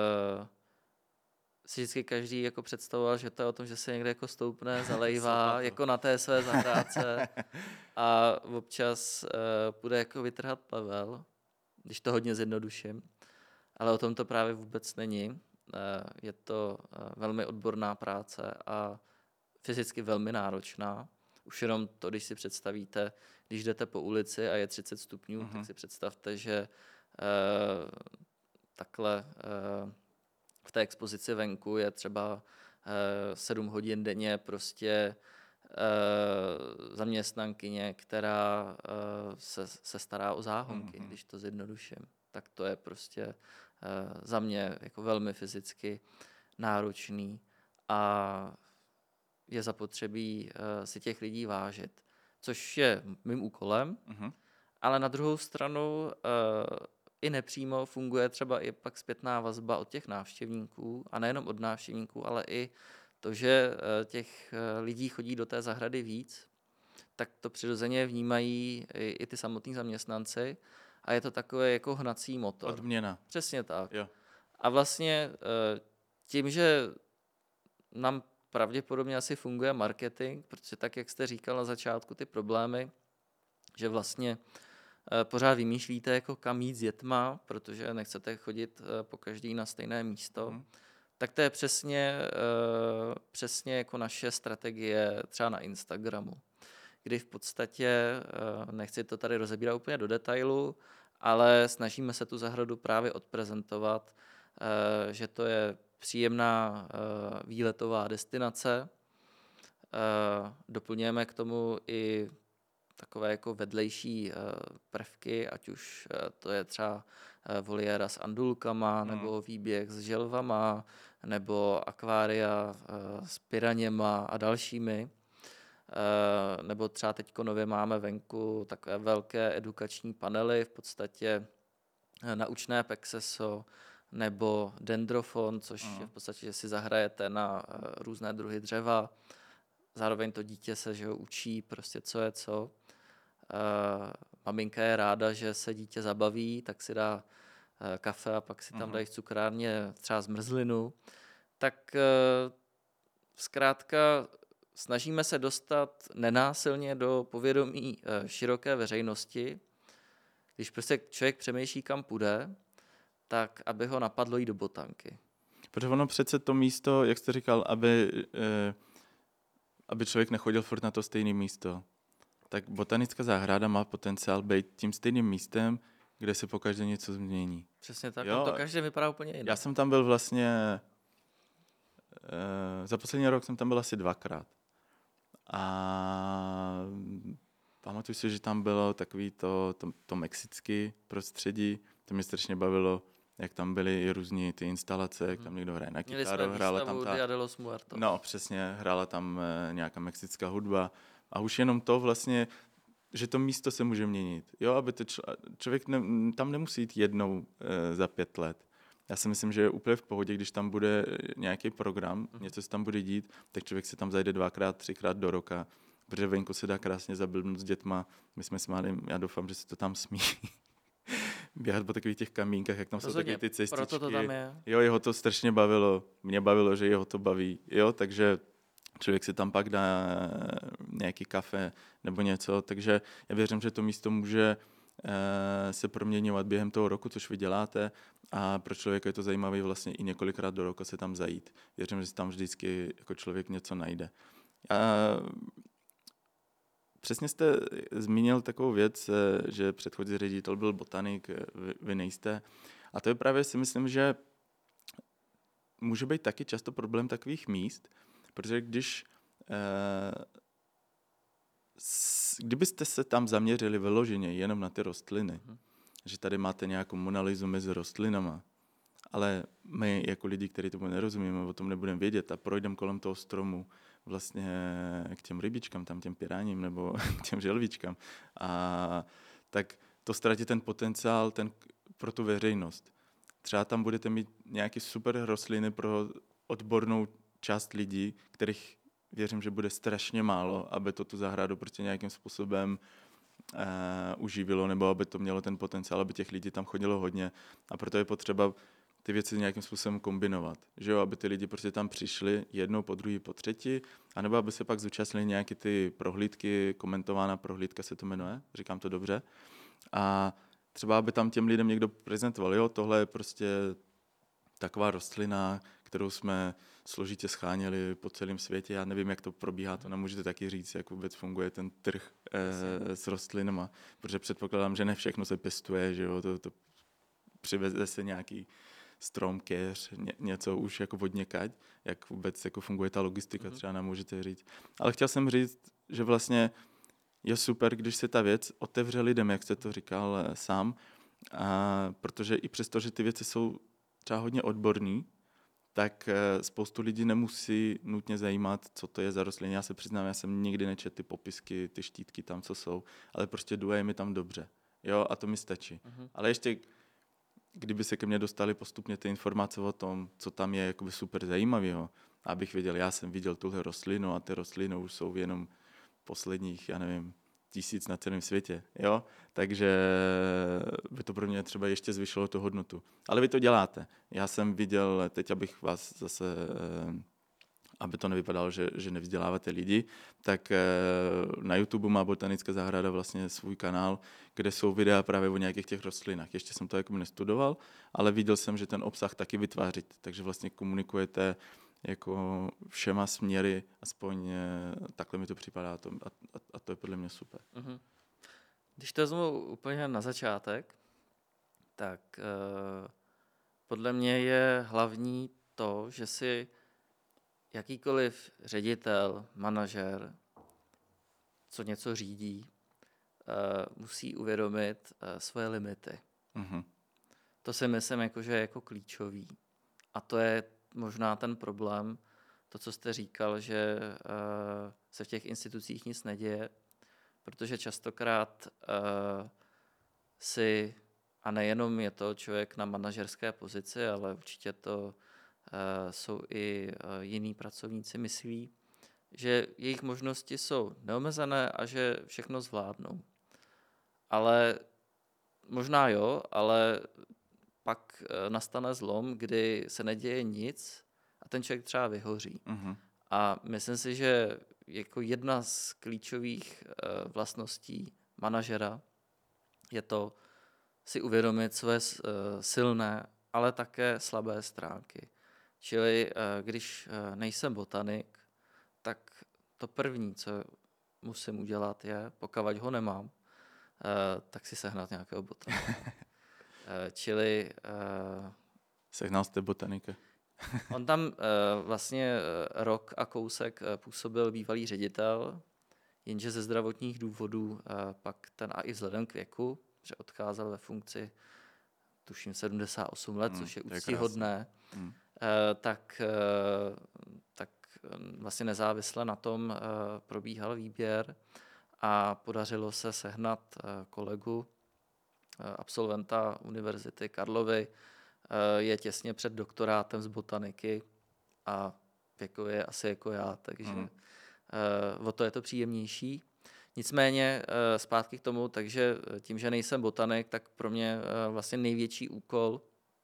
si vždycky každý jako představoval, že to je o tom, že se někde jako stoupne, zalejvá jako na té své zahrádce a občas půjde jako vytrhat plevel, když to hodně zjednoduším, ale o tom to právě vůbec není. Je to velmi odborná práce a fyzicky velmi náročná. Už jenom to, když si představíte, když jdete po ulici a je třicet stupňů, uh-huh. tak si představte, že eh, takhle eh, v té expozici venku je třeba eh, sedm hodin denně prostě eh, zaměstnankyně, která eh, se, se stará o záhonky, uh-huh. když to zjednoduším. Tak to je prostě za mě jako velmi fyzicky náročný a je zapotřebí si těch lidí vážit, což je mým úkolem, uh-huh. ale na druhou stranu i nepřímo funguje třeba i pak zpětná vazba od těch návštěvníků a nejenom od návštěvníků, ale i to, že těch lidí chodí do té zahrady víc, tak to přirozeně vnímají i, i ty samotní zaměstnanci. A je to takový jako hnací motor. Odměna. Přesně tak. Jo. A vlastně tím, že nám pravděpodobně asi funguje marketing, protože tak, jak jste říkal na začátku, ty problémy, že vlastně pořád vymýšlíte, jako kam jít s dětma, protože nechcete chodit po každý na stejné místo, mm. Tak to je přesně, uh, přesně jako naše strategie třeba na Instagramu, kdy v podstatě, uh, nechci to tady rozebírat úplně do detailu, ale snažíme se tu zahradu právě odprezentovat, uh, že to je příjemná uh, výletová destinace. Uh, doplňujeme k tomu i takové jako vedlejší uh, prvky, ať už uh, to je třeba uh, voliéra s andulkama, Hmm. nebo výběh s želvama, nebo akvária uh, s piraněma a dalšími. Uh, nebo třeba teďko nově máme venku takové velké edukační panely, v podstatě uh, naučné pexeso, nebo dendrofon, což Hmm. je v podstatě, že si zahrajete na uh, různé druhy dřeva. Zároveň to dítě se, že ho učí prostě co je co. Uh, maminka je ráda, že se dítě zabaví, tak si dá uh, kafe a pak si tam Mhm. dají v cukrárně třeba zmrzlinu. Tak uh, zkrátka snažíme se dostat nenásilně do povědomí uh, široké veřejnosti. Když prostě člověk přemýšlí, kam půjde, tak aby ho napadlo jít do Botanky. Protože ono přece to místo, jak jste říkal, aby, eh, aby člověk nechodil furt na to stejné místo, tak botanická zahrada má potenciál být tím stejným místem, kde se pokaždé něco změní. Přesně tak, Jo, to každý vypadá úplně jinak. Já jsem tam byl vlastně, eh, za poslední rok jsem tam byl asi dvakrát. A pamatuju si, že tam bylo takový to, to, to mexické prostředí, to mě strašně bavilo, jak tam byly i různý ty instalace, jak tam někdo hraje na Měli kytaru, jsme hrála výstavu tam ta... Dia de los Muertos. No, přesně, hrála tam e, nějaká mexická hudba a už jenom to vlastně, že to místo se může měnit. Jo, aby to čl- člověk ne, tam nemusí jít jednou e, za pět let. Já si myslím, že je úplně v pohodě, když tam bude nějaký program, mm. něco se tam bude dít, tak člověk se tam zajde dvakrát, třikrát do roka, protože venku se dá krásně zablbnout s dětma. My jsme smáli, já doufám, že se to tam smí. Běhat po takových těch kamínkách, jak tam Rozhodně, jsou takové ty cestičky. proto to tam je. Jo, jeho to strašně bavilo. Mě bavilo, že jeho to baví. Jo, takže člověk si tam pak dá nějaký kafe nebo něco, takže já věřím, že to místo může eh, se proměňovat během toho roku, což vy děláte, a pro člověka je to zajímavé vlastně i několikrát do roku se tam zajít. Věřím, že si tam vždycky jako člověk něco najde. A přesně jste zmínil takovou věc, že předchozí ředitel byl botanik, vy, vy nejste. A to je právě, si myslím, že může být taky často problém takových míst, protože když eh, s, kdybyste se tam zaměřili vyloženě jenom na ty rostliny, hmm. že tady máte nějakou monalizu mezi rostlinama, ale my jako lidi, kteří tomu nerozumíme, o tom nebudeme vědět a projdeme kolem toho stromu vlastně k těm rybičkám, tam těm piráním nebo k těm želvičkám, a tak to ztratí ten potenciál ten, pro tu veřejnost. Třeba tam budete mít nějaké super rostliny pro odbornou část lidí, kterých věřím, že bude strašně málo, aby to tu zahradu prostě nějakým způsobem uh, uživilo, nebo aby to mělo ten potenciál, aby těch lidí tam chodilo hodně. A proto je potřeba ty věci nějakým způsobem kombinovat. Že jo, aby ty lidi prostě tam přišli jednou, po druhý, po třetí, anebo aby se pak zúčastnili nějaké ty prohlídky, komentovaná prohlídka se to jmenuje, říkám to dobře. A třeba aby tam těm lidem někdo prezentoval, jo, tohle je prostě taková rostlina, kterou jsme složitě scháněli po celém světě. Já nevím, jak to probíhá, to nemůžete taky říct, jak vůbec funguje ten trh eh, s rostlinama, protože předpokládám, že ne všechno se pěstuje, že jo, to, to přiveze se nějaký strom, keř, ně, něco už jako odněkať, jak vůbec jako funguje ta logistika, třeba nám můžete říct. Ale chtěl jsem říct, že vlastně je super, když se ta věc otevře lidem, jak jste to říkal sám, a protože i přesto, že ty věci jsou třeba hodně odborný, tak spoustu lidí nemusí nutně zajímat, co to je za rostliny. Já se přiznám, já jsem nikdy nečetl ty popisky, ty štítky tam, co jsou, ale prostě duje mi tam dobře. Jo, a to mi stačí. Uh-huh. Ale ještě, kdyby se ke mně dostaly postupně ty informace o tom, co tam je jakoby super zajímavého, abych věděl, já jsem viděl tuhle rostlinu a ty rostliny už jsou jenom posledních, já nevím, tisíc na celém světě, jo? Takže by to pro mě třeba ještě zvyšilo tu hodnotu. Ale vy to děláte. Já jsem viděl, teď abych vás zase aby to nevypadalo, že, že nevzděláváte lidi, tak na YouTube má Botanická zahrada vlastně svůj kanál, kde jsou videa právě o nějakých těch rostlinách. Ještě jsem to jako nestudoval, ale viděl jsem, že ten obsah taky vytváříte, takže vlastně komunikujete jako všema směry, aspoň takhle mi to připadá to, a, a, a to je podle mě super. Mm-hmm. Když to vezmu úplně na začátek, tak eh, podle mě je hlavní to, že si jakýkoliv ředitel, manažer, co něco řídí, eh, musí uvědomit eh, svoje limity. Mm-hmm. To si myslím, jako, že je jako klíčový. A to je možná ten problém, to, co jste říkal, že uh, se v těch institucích nic neděje, protože častokrát uh, si, a nejenom je to člověk na manažerské pozici, ale určitě to uh, jsou i uh, jiní pracovníci, myslí, že jejich možnosti jsou neomezené a že všechno zvládnou. Ale možná jo, ale pak nastane zlom, kdy se neděje nic a ten člověk třeba vyhoří. Mm-hmm. A myslím si, že jako jedna z klíčových uh, vlastností manažera je to si uvědomit své uh, silné, ale také slabé stránky. Čili uh, když uh, nejsem botanik, tak to první, co musím udělat, je, pokud ho nemám, uh, tak si sehnat nějakého botanika. Čili... Uh, Sehnal jste botanika. On tam uh, vlastně uh, rok a kousek uh, působil bývalý ředitel, jenže ze zdravotních důvodů uh, pak ten a i vzhledem k věku, že odcházel ve funkci tuším sedmdesát osm let, mm, což je úctyhodné, mm. uh, tak, uh, tak vlastně nezávisle na tom uh, probíhal výběr a podařilo se sehnat uh, kolegu, absolventa Univerzity Karlovy, je těsně před doktorátem z botaniky a věkově je asi jako já, takže mm. o to je to příjemnější. Nicméně zpátky k tomu, takže tím, že nejsem botanik, tak pro mě vlastně největší úkol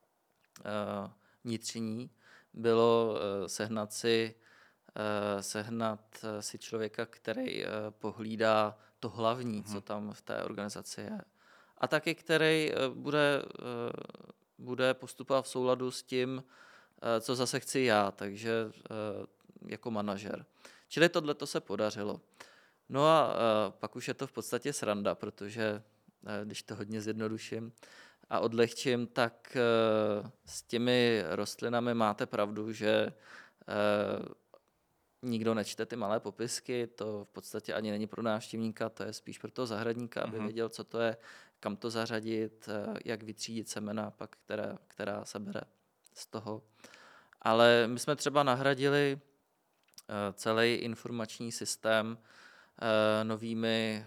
vnitřní bylo sehnat si, sehnat si člověka, který pohlídá to hlavní, mm. co tam v té organizaci je. A taky, který bude, bude postupovat v souladu s tím, co zase chci já, takže jako manažer. Čili tohleto se podařilo. No a pak už je to v podstatě sranda, protože když to hodně zjednoduším a odlehčím, tak s těmi rostlinami máte pravdu, že nikdo nečte ty malé popisky, to v podstatě ani není pro návštěvníka, to je spíš pro toho zahradníka, aby věděl, co to je, kam to zařadit, jak vytřídit semena, pak která, která se bere z toho. Ale my jsme třeba nahradili celý informační systém novými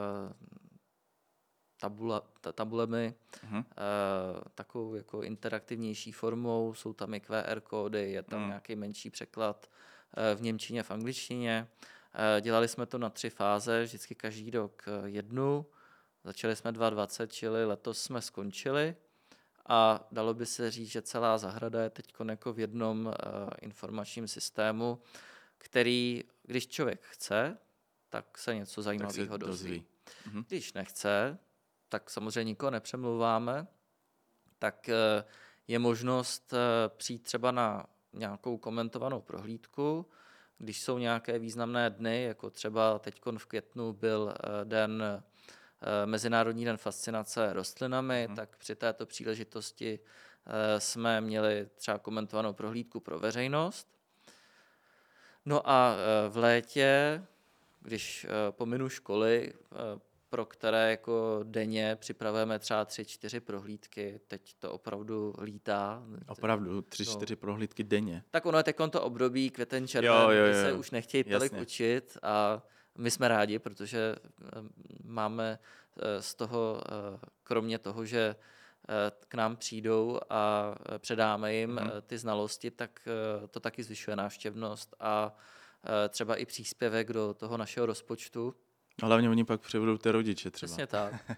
tabula, tabulemi, uh-huh. takovou jako interaktivnější formou, jsou tam i Q R kódy, je tam uh-huh. nějaký menší překlad v němčině, v angličtině. Dělali jsme to na tři fáze, vždycky každý rok jednu. Začali jsme dvacet dvacet, čili letos jsme skončili a dalo by se říct, že celá zahrada je teď jako v jednom uh, informačním systému, který, když člověk chce, tak se něco zajímavého dozví. dozví. Mhm. Když nechce, tak samozřejmě nikoho nepřemlouváme, tak uh, je možnost uh, přijít třeba na nějakou komentovanou prohlídku, když jsou nějaké významné dny, jako třeba teď v květnu byl uh, den Mezinárodní den fascinace rostlinami, hmm. tak při této příležitosti jsme měli třeba komentovanou prohlídku pro veřejnost. No a v létě, když pominu školy, pro které jako denně připravujeme třeba tři, čtyři prohlídky, teď to opravdu lítá. Opravdu, tři, čtyři no. prohlídky denně. Tak ono je teď to období květen, červen, kdy se už nechtějí tolik učit a my jsme rádi, protože máme z toho, kromě toho, že k nám přijdou a předáme jim mm. ty znalosti, tak to taky zvyšuje návštěvnost a třeba i příspěvek do toho našeho rozpočtu. A hlavně oni pak přivedou ty rodiče třeba. Přesně tak.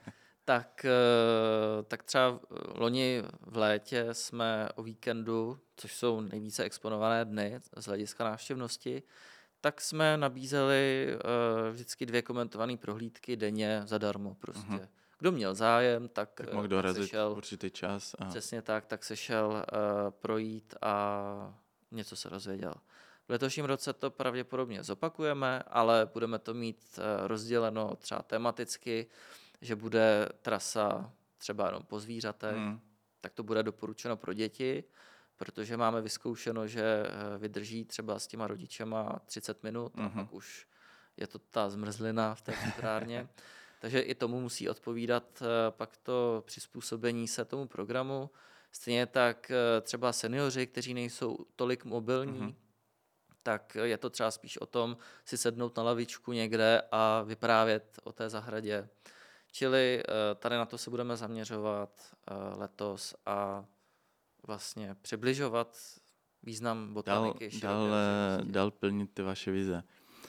Tak, eh, tak třeba loni v létě jsme o víkendu, což jsou nejvíce exponované dny z hlediska návštěvnosti, tak jsme nabízeli uh, vždycky dvě komentované prohlídky denně zadarmo prostě. Mhm. Kdo měl zájem, tak, Tak eh, mohl tak dorazit se šel, určitý čas. A... přesně tak, tak se šel uh, projít a něco se dozvěděl. V letošním roce to pravděpodobně zopakujeme, ale budeme to mít uh, rozděleno třeba tematicky, že bude trasa třeba jenom po zvířatech, Hmm. tak to bude doporučeno pro děti, protože máme vyzkoušeno, že eh, vydrží třeba s těma rodičema třicet minut a Mhm. pak už je to ta zmrzlina v té cukrárně. Takže i tomu musí odpovídat eh, pak to přizpůsobení se tomu programu. Stejně tak eh, třeba seniori, kteří nejsou tolik mobilní, Mhm. tak je to třeba spíš o tom si sednout na lavičku někde a vyprávět o té zahradě. Čili eh, tady na to se budeme zaměřovat eh, letos a vlastně přibližovat význam Dal, botaniky široké dal, eh, veřejnosti. dal plnit ty vaše vize.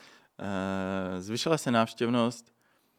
Eh, Zvyšila se návštěvnost.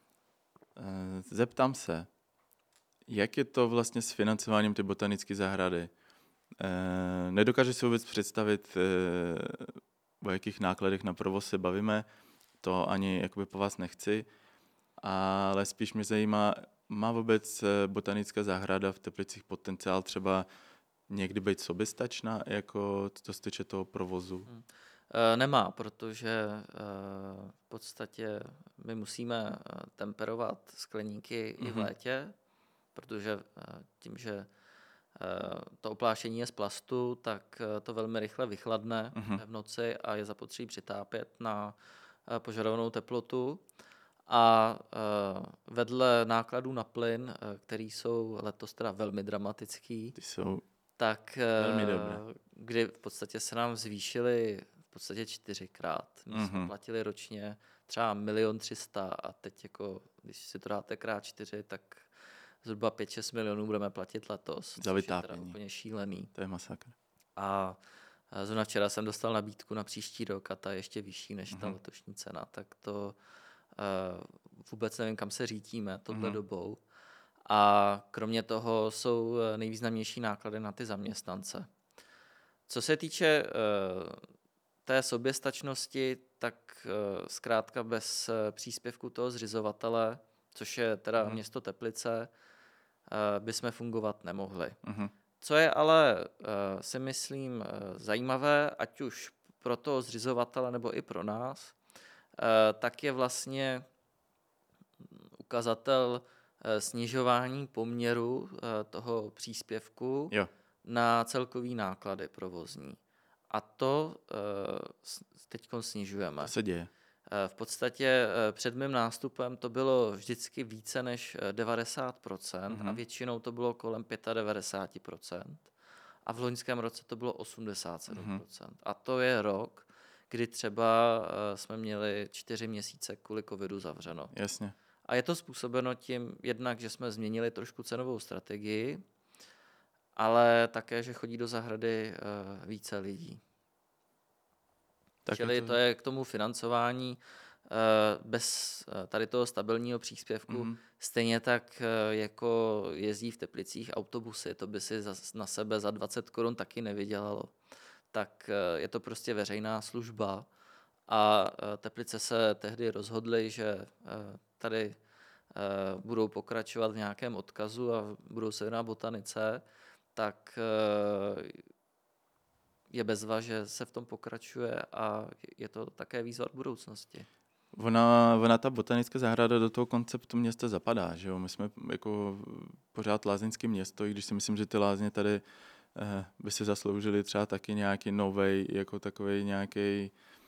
Eh, Zeptám se, jak je to vlastně s financováním ty botanické zahrady? Eh, Nedokážu si vůbec představit, eh, o jakých nákladech na provoz se bavíme, to ani jakoby po vás nechci, ale spíš mě zajímá, má vůbec eh, botanická zahrada v Teplicích potenciál třeba někdy být soběstačná, jako co se týče toho provozu? Hmm. Eh, Nemá, protože eh, v podstatě my musíme eh, temperovat skleníky i v Mhm. létě, protože eh, tím, že eh, to opláštění je z plastu, tak eh, to velmi rychle vychladne Mhm. v noci a je zapotřebí přitápět na eh, požadovanou teplotu. A eh, vedle nákladů na plyn, eh, který jsou letos teda velmi dramatický, Ty jsou tak velmi eh, dobré. kdy v podstatě se nám zvýšily v podstatě čtyřikrát. My jsme Mhm. platili ročně třeba milion třista a teď jako, když si to dáte krát čtyři, tak zhruba pět šest milionů budeme platit letos, což je teda vytápění. úplně šílený. To je masakr. A eh, zrovna včera jsem dostal nabídku na příští rok a ta je ještě vyšší než ta Mhm. letošní cena, tak to eh, vůbec nevím, kam se řítíme touhle Mhm. dobou. A kromě toho jsou eh, nejvýznamnější náklady na ty zaměstnance. Co se týče uh, té soběstačnosti, tak uh, zkrátka bez uh, příspěvku toho zřizovatele, což je teda Mhm. město Teplice, uh, bychom fungovat nemohli. Mhm. Co je ale, uh, si myslím, uh, zajímavé, ať už pro toho zřizovatele nebo i pro nás, uh, tak je vlastně ukazatel uh, snižování poměru uh, toho příspěvku Jo. na celkový náklady provozní. A to uh, teď snižujeme. To se děje. Uh, v podstatě uh, před mým nástupem to bylo vždycky více než devadesát procent Mhm. a většinou to bylo kolem devadesát pět procent. A v loňském roce to bylo osmdesát sedm procent. A to je rok, kdy třeba uh, jsme měli čtyři měsíce kvůli covidu zavřeno. Jasně. A je to způsobeno tím jednak, že jsme změnili trošku cenovou strategii, ale také, že chodí do zahrady uh, více lidí. Tak Čili je to... to- to je k tomu financování uh, bez uh, tady toho stabilního příspěvku. Mhm. Stejně tak, uh, jako jezdí v Teplicích autobusy, to by si za, na sebe za dvacet korun taky nevydělalo. Tak uh, je to prostě veřejná služba a uh, Teplice se tehdy rozhodly, že uh, tady uh, budou pokračovat v nějakém odkazu a budou se věnovat botanice, tak uh, je bezva, že se v tom pokračuje a je to také výzva v budoucnosti. Ona, ona ta botanická zahrada do toho konceptu města zapadá, že jo? My jsme jako pořád lázeňské město, i když si myslím, že ty lázně tady eh, by si zasloužili třeba taky nějaký novej, jako takovej nějaký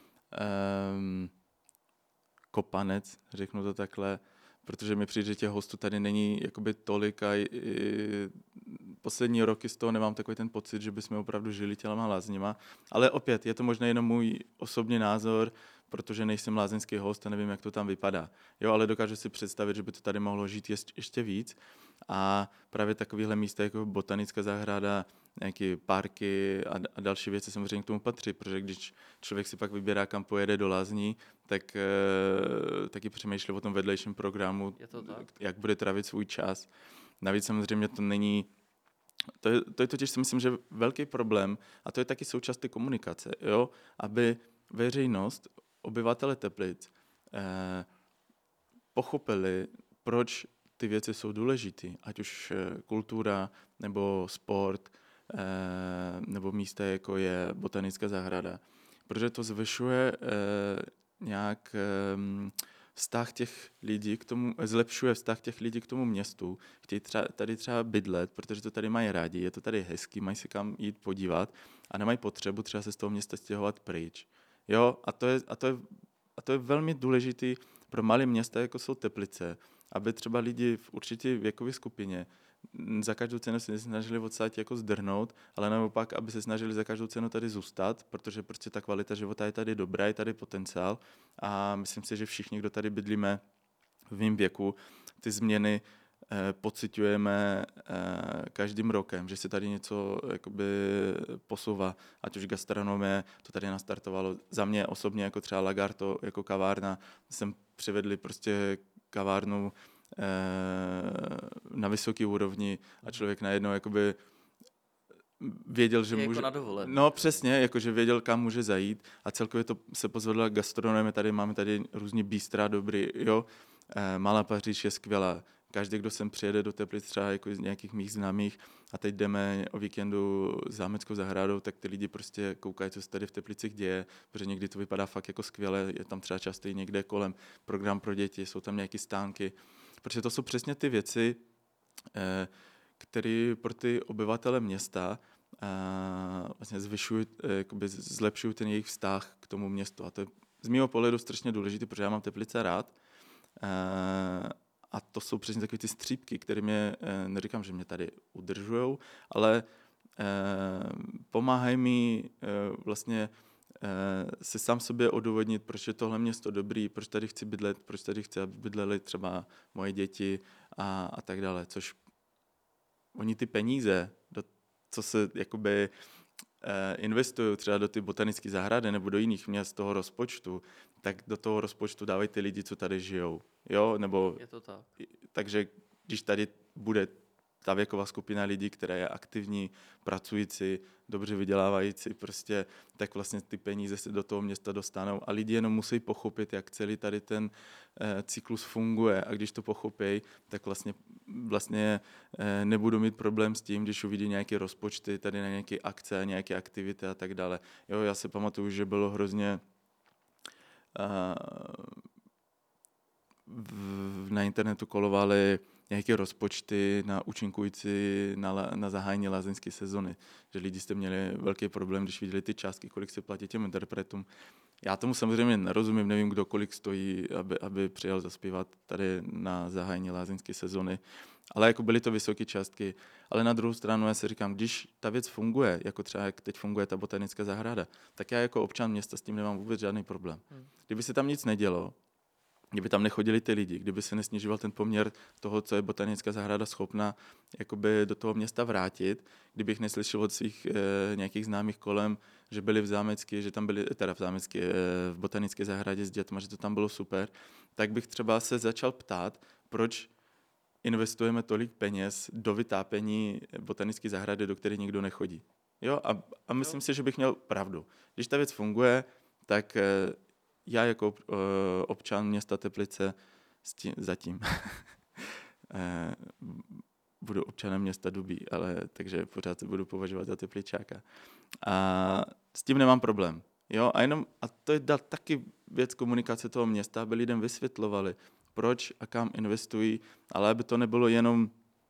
um, kopanec, řeknu to takhle, protože mi přijde, že těch hostů tady není jakoby tolik a i, poslední roky z toho nemám takový ten pocit, že bychom opravdu žili těma lázněma, ale opět, je to možná jenom můj osobní názor, protože nejsem lázeňský host a nevím, jak to tam vypadá. Jo, ale dokážu si představit, že by to tady mohlo žít ještě víc a právě takovýhle místa jako botanická zahrada, nějaké parky a, a další věci samozřejmě k tomu patří, protože když člověk si pak vybírá, kam pojede do lázní, tak e, taky přemýšlí o tom vedlejším programu, jak bude trávit svůj čas. Navíc samozřejmě to není, to je, to je totiž si myslím, že velký problém a to je taky součást té komunikace, jo? Aby veřejnost, obyvatele Teplic eh, pochopili, proč ty věci jsou důležité, ať už kultura nebo sport, eh, nebo místa, jako je botanická zahrada. Protože to zvyšuje eh, nějak eh, vztah těch lidí k tomu, zlepšuje vztah těch lidí k tomu městu, chtějí třeba, tady třeba bydlet, protože to tady mají rádi, je to tady hezký, mají se kam jít podívat a nemají potřebu třeba se z toho města stěhovat pryč. Jo, a to je, a to je, a to je velmi důležitý pro malé města, jako jsou Teplice, aby třeba lidi v určitě věkové skupině za každou cenu se snažili odsaď jako zdrhnout, ale naopak, aby se snažili za každou cenu tady zůstat, protože prostě ta kvalita života je tady dobrá, je tady potenciál a myslím si, že všichni, kdo tady bydlíme v mém věku, ty změny eh, pociťujeme eh, každým rokem, že se tady něco jakoby posouvá, ať už gastronomie, to tady nastartovalo. Za mě osobně jako třeba Lagarto, jako kavárna, jsem přivedli prostě kavárnu na vysoké úrovni a člověk najednou jakoby věděl, že je může... Jako na dovolené. No přesně, jakože věděl, kam může zajít a celkově to se pozvedla gastronomie, tady máme tady různý bístra dobrý, jo, Malá Paříž je skvělá. Každý, kdo sem přijede do Teplic třeba jako z nějakých mých známých a teď jdeme o víkendu zámeckou zahradou, tak ty lidi prostě koukají, co se tady v Teplicích děje, protože někdy to vypadá fakt jako skvěle, je tam třeba často i někde kolem program pro děti, jsou tam nějaké stánky, protože to jsou přesně ty věci, které pro ty obyvatele města vlastně zvyšují, jakoby zlepšují ten jejich vztah k tomu městu. A to je z mého pohledu strašně důležité, protože já mám Teplice rád. A to jsou přesně takové ty střípky, které mě, neříkám, že mě tady udržujou, ale pomáhají mi vlastně si sám sobě odůvodnit, proč je tohle město dobrý, proč tady chci bydlet, proč tady chci, aby bydleli třeba moje děti a, a tak dále. Což oni ty peníze, do, co se jakoby eh, investují třeba do ty botanické zahrady nebo do jiných měst toho rozpočtu, tak do toho rozpočtu dávají ty lidi, co tady žijou. Jo? Nebo, je to tak. Takže když tady bude ta věková skupina lidí, která je aktivní, pracující, dobře vydělávající, prostě, tak vlastně ty peníze se do toho města dostanou a lidi jenom musí pochopit, jak celý tady ten eh, cyklus funguje a když to pochopí, tak vlastně, vlastně eh, nebudou mít problém s tím, když uvidí nějaké rozpočty tady na nějaké akce, nějaké aktivity a tak dále. Jo, já si pamatuju, že bylo hrozně eh, v, na internetu kolovaly nějaké rozpočty na účinkující na, na zahájení lázeňské sezony. Že lidi jste měli velký problém, když viděli ty částky, kolik se platí těm interpretům. Já tomu samozřejmě nerozumím, nevím, kdo kolik stojí, aby, aby přijel zaspívat tady na zahájení lázeňské sezony. Ale jako byly to vysoké částky. Ale na druhou stranu já si říkám, když ta věc funguje, jako třeba jak teď funguje ta botanická zahrada, tak já jako občan města s tím nemám vůbec žádný problém. Kdyby se tam nic nedělo, kdyby tam nechodili ty lidi, kdyby se nesnižoval ten poměr toho, co je botanická zahrada schopna jakoby do toho města vrátit, kdybych neslyšel od svých e, nějakých známých kolem, že byli v Zámecké, že tam byli, teda v Zámecké, e, v botanické zahradě s dětma, že to tam bylo super, tak bych třeba se začal ptát, proč investujeme tolik peněz do vytápění botanické zahrady, do které nikdo nechodí. Jo? A, a myslím jo. si, že bych měl pravdu. Když ta věc funguje, tak e, já jako uh, občan města Teplice tím, zatím uh, budu občanem města Dubí, ale takže pořád se budu považovat za Tepličáka. A s tím nemám problém. Jo? A, jenom, a to je dal taky věc komunikace toho města, aby lidem vysvětlovali, proč a kam investují, ale aby to nebylo jenom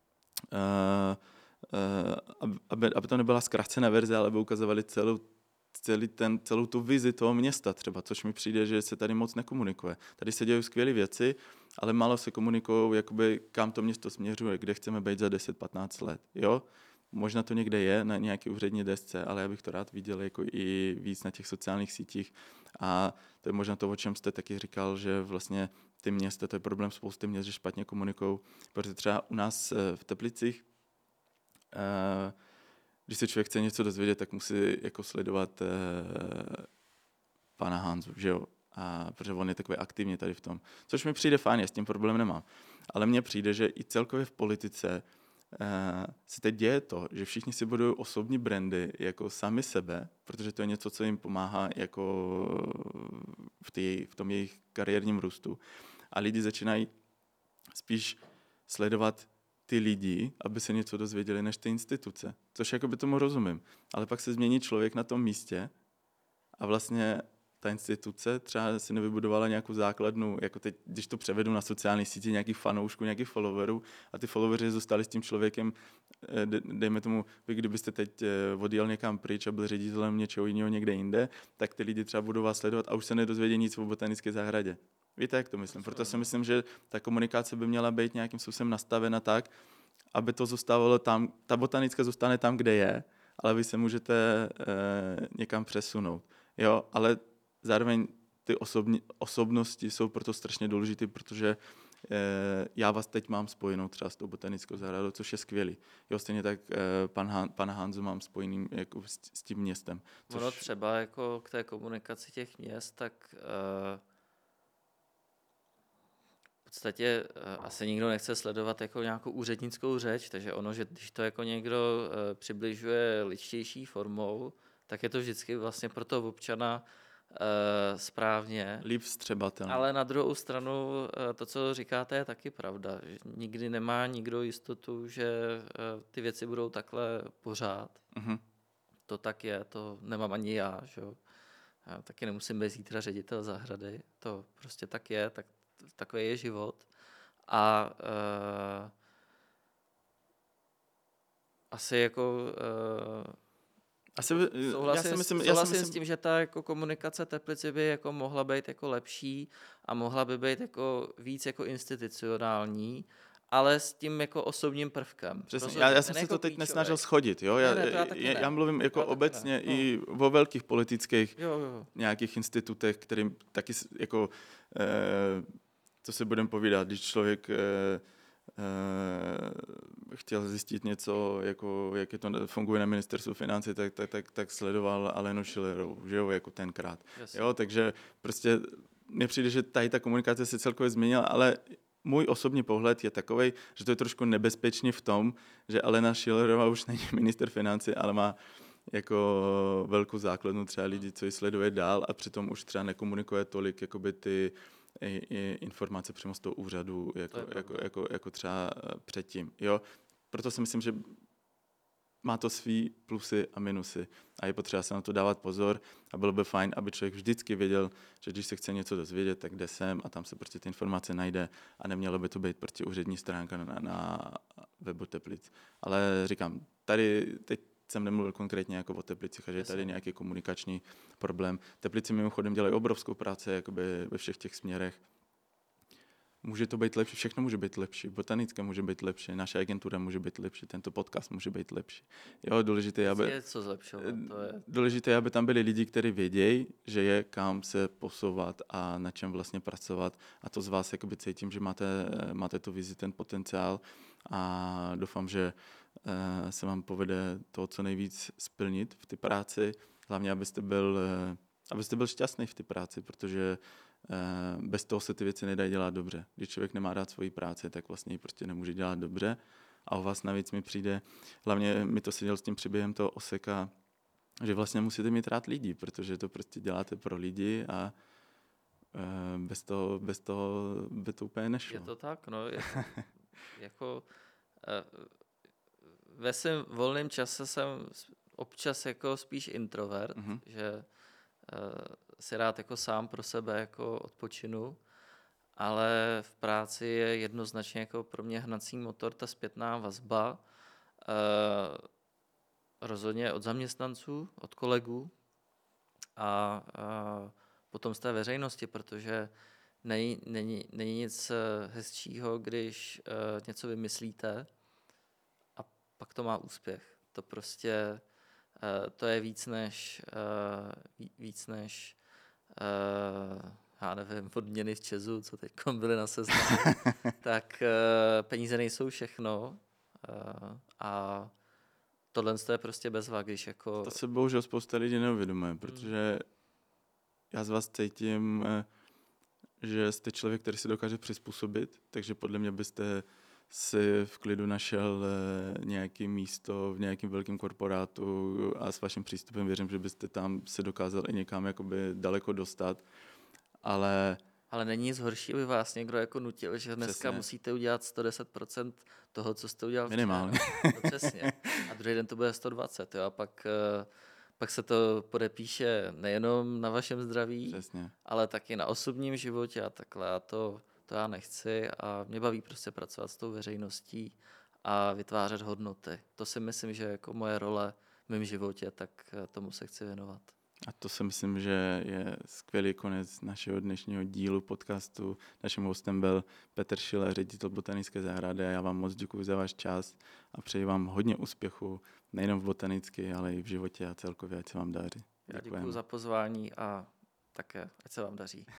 uh, uh, aby, aby to nebyla zkrácená verze, ale aby ukazovali celou Celý ten, celou tu vizi toho města třeba, což mi přijde, že se tady moc nekomunikuje. Tady se dějí skvělé věci, ale málo se komunikují, jakoby, kam to město směřuje, kde chceme být za deset patnáct let. Jo? možná to někde je na nějaké úřední desce, ale já bych to rád viděl jako i víc na těch sociálních sítích. A to je možná to, o čem jste taky říkal, že vlastně ty města, to je problém spousty měst, že špatně komunikují, protože třeba u nás v Teplicích, když se člověk chce něco dozvědět, tak musí jako sledovat pana Hanzu, že jo? A protože on je takový aktivně tady v tom. Což mi přijde fajn, já s tím problém nemám. Ale mně přijde, že i celkově v politice uh, se teď děje to, že všichni si budují osobní brandy jako sami sebe, protože to je něco, co jim pomáhá jako v, tý, v tom jejich kariérním růstu. A lidi začínají spíš sledovat ty lidi, aby se něco dozvěděli, než ty instituce. Což jakoby tomu rozumím. Ale pak se změní člověk na tom místě a vlastně ta instituce třeba si nevybudovala nějakou základnu, jako teď, když to převedu na sociální sítě, nějakých fanoušků, nějakých followerů a ty followeri zůstali s tím člověkem, dejme tomu, vy kdybyste teď odjel někam pryč a byl ředitelem něčeho jiného někde jinde, tak ty lidi třeba budou vás sledovat a už se nedozvědí nic o botanické zahradě. Víte, jak to myslím? Proto si myslím, že ta komunikace by měla být nějakým způsobem nastavena tak, aby to zůstávalo tam, ta botanická zůstane tam, kde je, ale vy se můžete eh, někam přesunout. Jo, ale zároveň ty osobní, osobnosti jsou proto strašně důležité, protože eh, já vás teď mám spojenou třeba s tou botanickou zahradou, což je skvělý. Jo, stejně tak eh, pan Han, pana Hanzu mám spojený jako s, s tím městem. Což... Ono třeba jako k té komunikaci těch měst, tak eh, v podstatě eh, asi nikdo nechce sledovat jako nějakou úřednickou řeč, takže ono, že když to jako někdo eh, přibližuje ličtější formou, tak je to vždycky vlastně pro toho občana Uh, správně. Líp vstřebatelný. Ale na druhou stranu uh, to, co říkáte, je taky pravda. Že nikdy nemá nikdo jistotu, že uh, ty věci budou takhle pořád. Uh-huh. To tak je, to nemám ani já. Že? Já taky nemusím být zítra ředitel zahrady. To prostě tak je, tak, takový je život. A uh, asi jako... Uh, Asi, souhlasím, já si myslím, souhlasím já si myslím, s tím, že ta jako komunikace Teplici by jako mohla být jako lepší a mohla by být jako víc jako institucionální, ale s tím jako osobním prvkem. Přesně, já, já jsem se jako to teď klíčový. nesnažil schodit. Jo? Já, ne, ne, já, já, já mluvím jako já obecně no. i o velkých politických jo, jo. nějakých institutech, kterým taky jako, eh, co se budeme povídat, když člověk eh, Uh, chtěl zjistit něco, jako, jak je to funguje na ministerstvu financí, tak, tak, tak, tak sledoval Alenu Schillerovou, že jo, jako tenkrát. Yes. Jo, takže prostě mně přijde, že tady ta komunikace se celkově změnila, ale můj osobní pohled je takovej, že to je trošku nebezpečný v tom, že Alena Schillerová už není minister financí, ale má jako velkou základnu třeba lidí, co ji sleduje dál a přitom už třeba nekomunikuje tolik jakoby ty I, i informace přímo z toho úřadu, jako, to jako, jako, jako třeba předtím. Jo? Proto si myslím, že má to svý plusy a minusy a je potřeba se na to dávat pozor a bylo by fajn, aby člověk vždycky věděl, že když se chce něco dozvědět, tak jde sem a tam se prostě ty informace najde a nemělo by to být prostě úřední stránka na, na webu Teplic. Ale říkám, tady teď jsem nemluvil konkrétně jako o Teplicích, a že je tady nějaký komunikační problém. Teplici mimochodem dělají obrovskou práci jakoby ve všech těch směrech. Může to být lepší, všechno může být lepší. Botanická může být lepší, naše agentura může být lepší, tento podcast může být lepší. Jo, důležité je, aby, je co zlepšovat, to je. důležité je, aby tam byli lidi, kteří vědějí, že je kam se posouvat a na čem vlastně pracovat. A to z vás jakoby cítím, že máte, máte tu vizi, ten potenciál a doufám, že se vám povede to, co nejvíc splnit v té práci, hlavně abyste byl, abyste byl šťastný v té práci, protože bez toho se ty věci nedají dělat dobře. Když člověk nemá rád svoji práci, tak vlastně ji prostě nemůže dělat dobře a u vás navíc mi přijde, hlavně mi to seděl s tím příběhem toho Oseka, že vlastně musíte mít rád lidi, protože to prostě děláte pro lidi a bez toho, bez toho by to úplně nešlo. Je to tak, no. Je to, jako... Uh, Ve svém volném čase jsem občas jako spíš introvert, mm-hmm. že uh, si rád jako sám pro sebe jako odpočinu, ale v práci je jednoznačně jako pro mě hnací motor ta zpětná vazba, uh, rozhodně od zaměstnanců, od kolegů a uh, potom z té veřejnosti, protože není, není, není nic hezčího, když uh, něco vymyslíte, pak to má úspěch. To prostě, uh, to je víc než, uh, víc než uh, já nevím, odměny v Česu, co teď byly na seznamu, tak uh, peníze nejsou všechno uh, a tohle je prostě bezva, když jako... To se bohužel spousta lidí neuvědomuje, protože já z vás cítím, že jste člověk, který se dokáže přizpůsobit, takže podle mě byste si v klidu našel nějaké místo v nějakém velkém korporátu a s vaším přístupem věřím, že byste tam se dokázal i někam jakoby daleko dostat, ale... Ale není nic horší, aby vás někdo jako nutil, že dneska přesně. musíte udělat sto deset procent toho, co jste udělal minimálně. včera. No, přesně. A druhý den to bude sto dvacet, jo, a pak... pak se to podepíše nejenom na vašem zdraví, přesně. ale taky na osobním životě a takhle. A to, to já nechci a mě baví prostě pracovat s tou veřejností a vytvářet hodnoty. To si myslím, že jako moje role v mém životě, tak tomu se chci věnovat. A to si myslím, že je skvělý konec našeho dnešního dílu podcastu. Naším hostem byl Petr Schiller, ředitel Botanické zahrady a já vám moc děkuji za váš čas a přeji vám hodně úspěchu nejenom v botanické, ale i v životě a celkově, ať se vám daří. Já děkuji za pozvání a také ať se vám daří.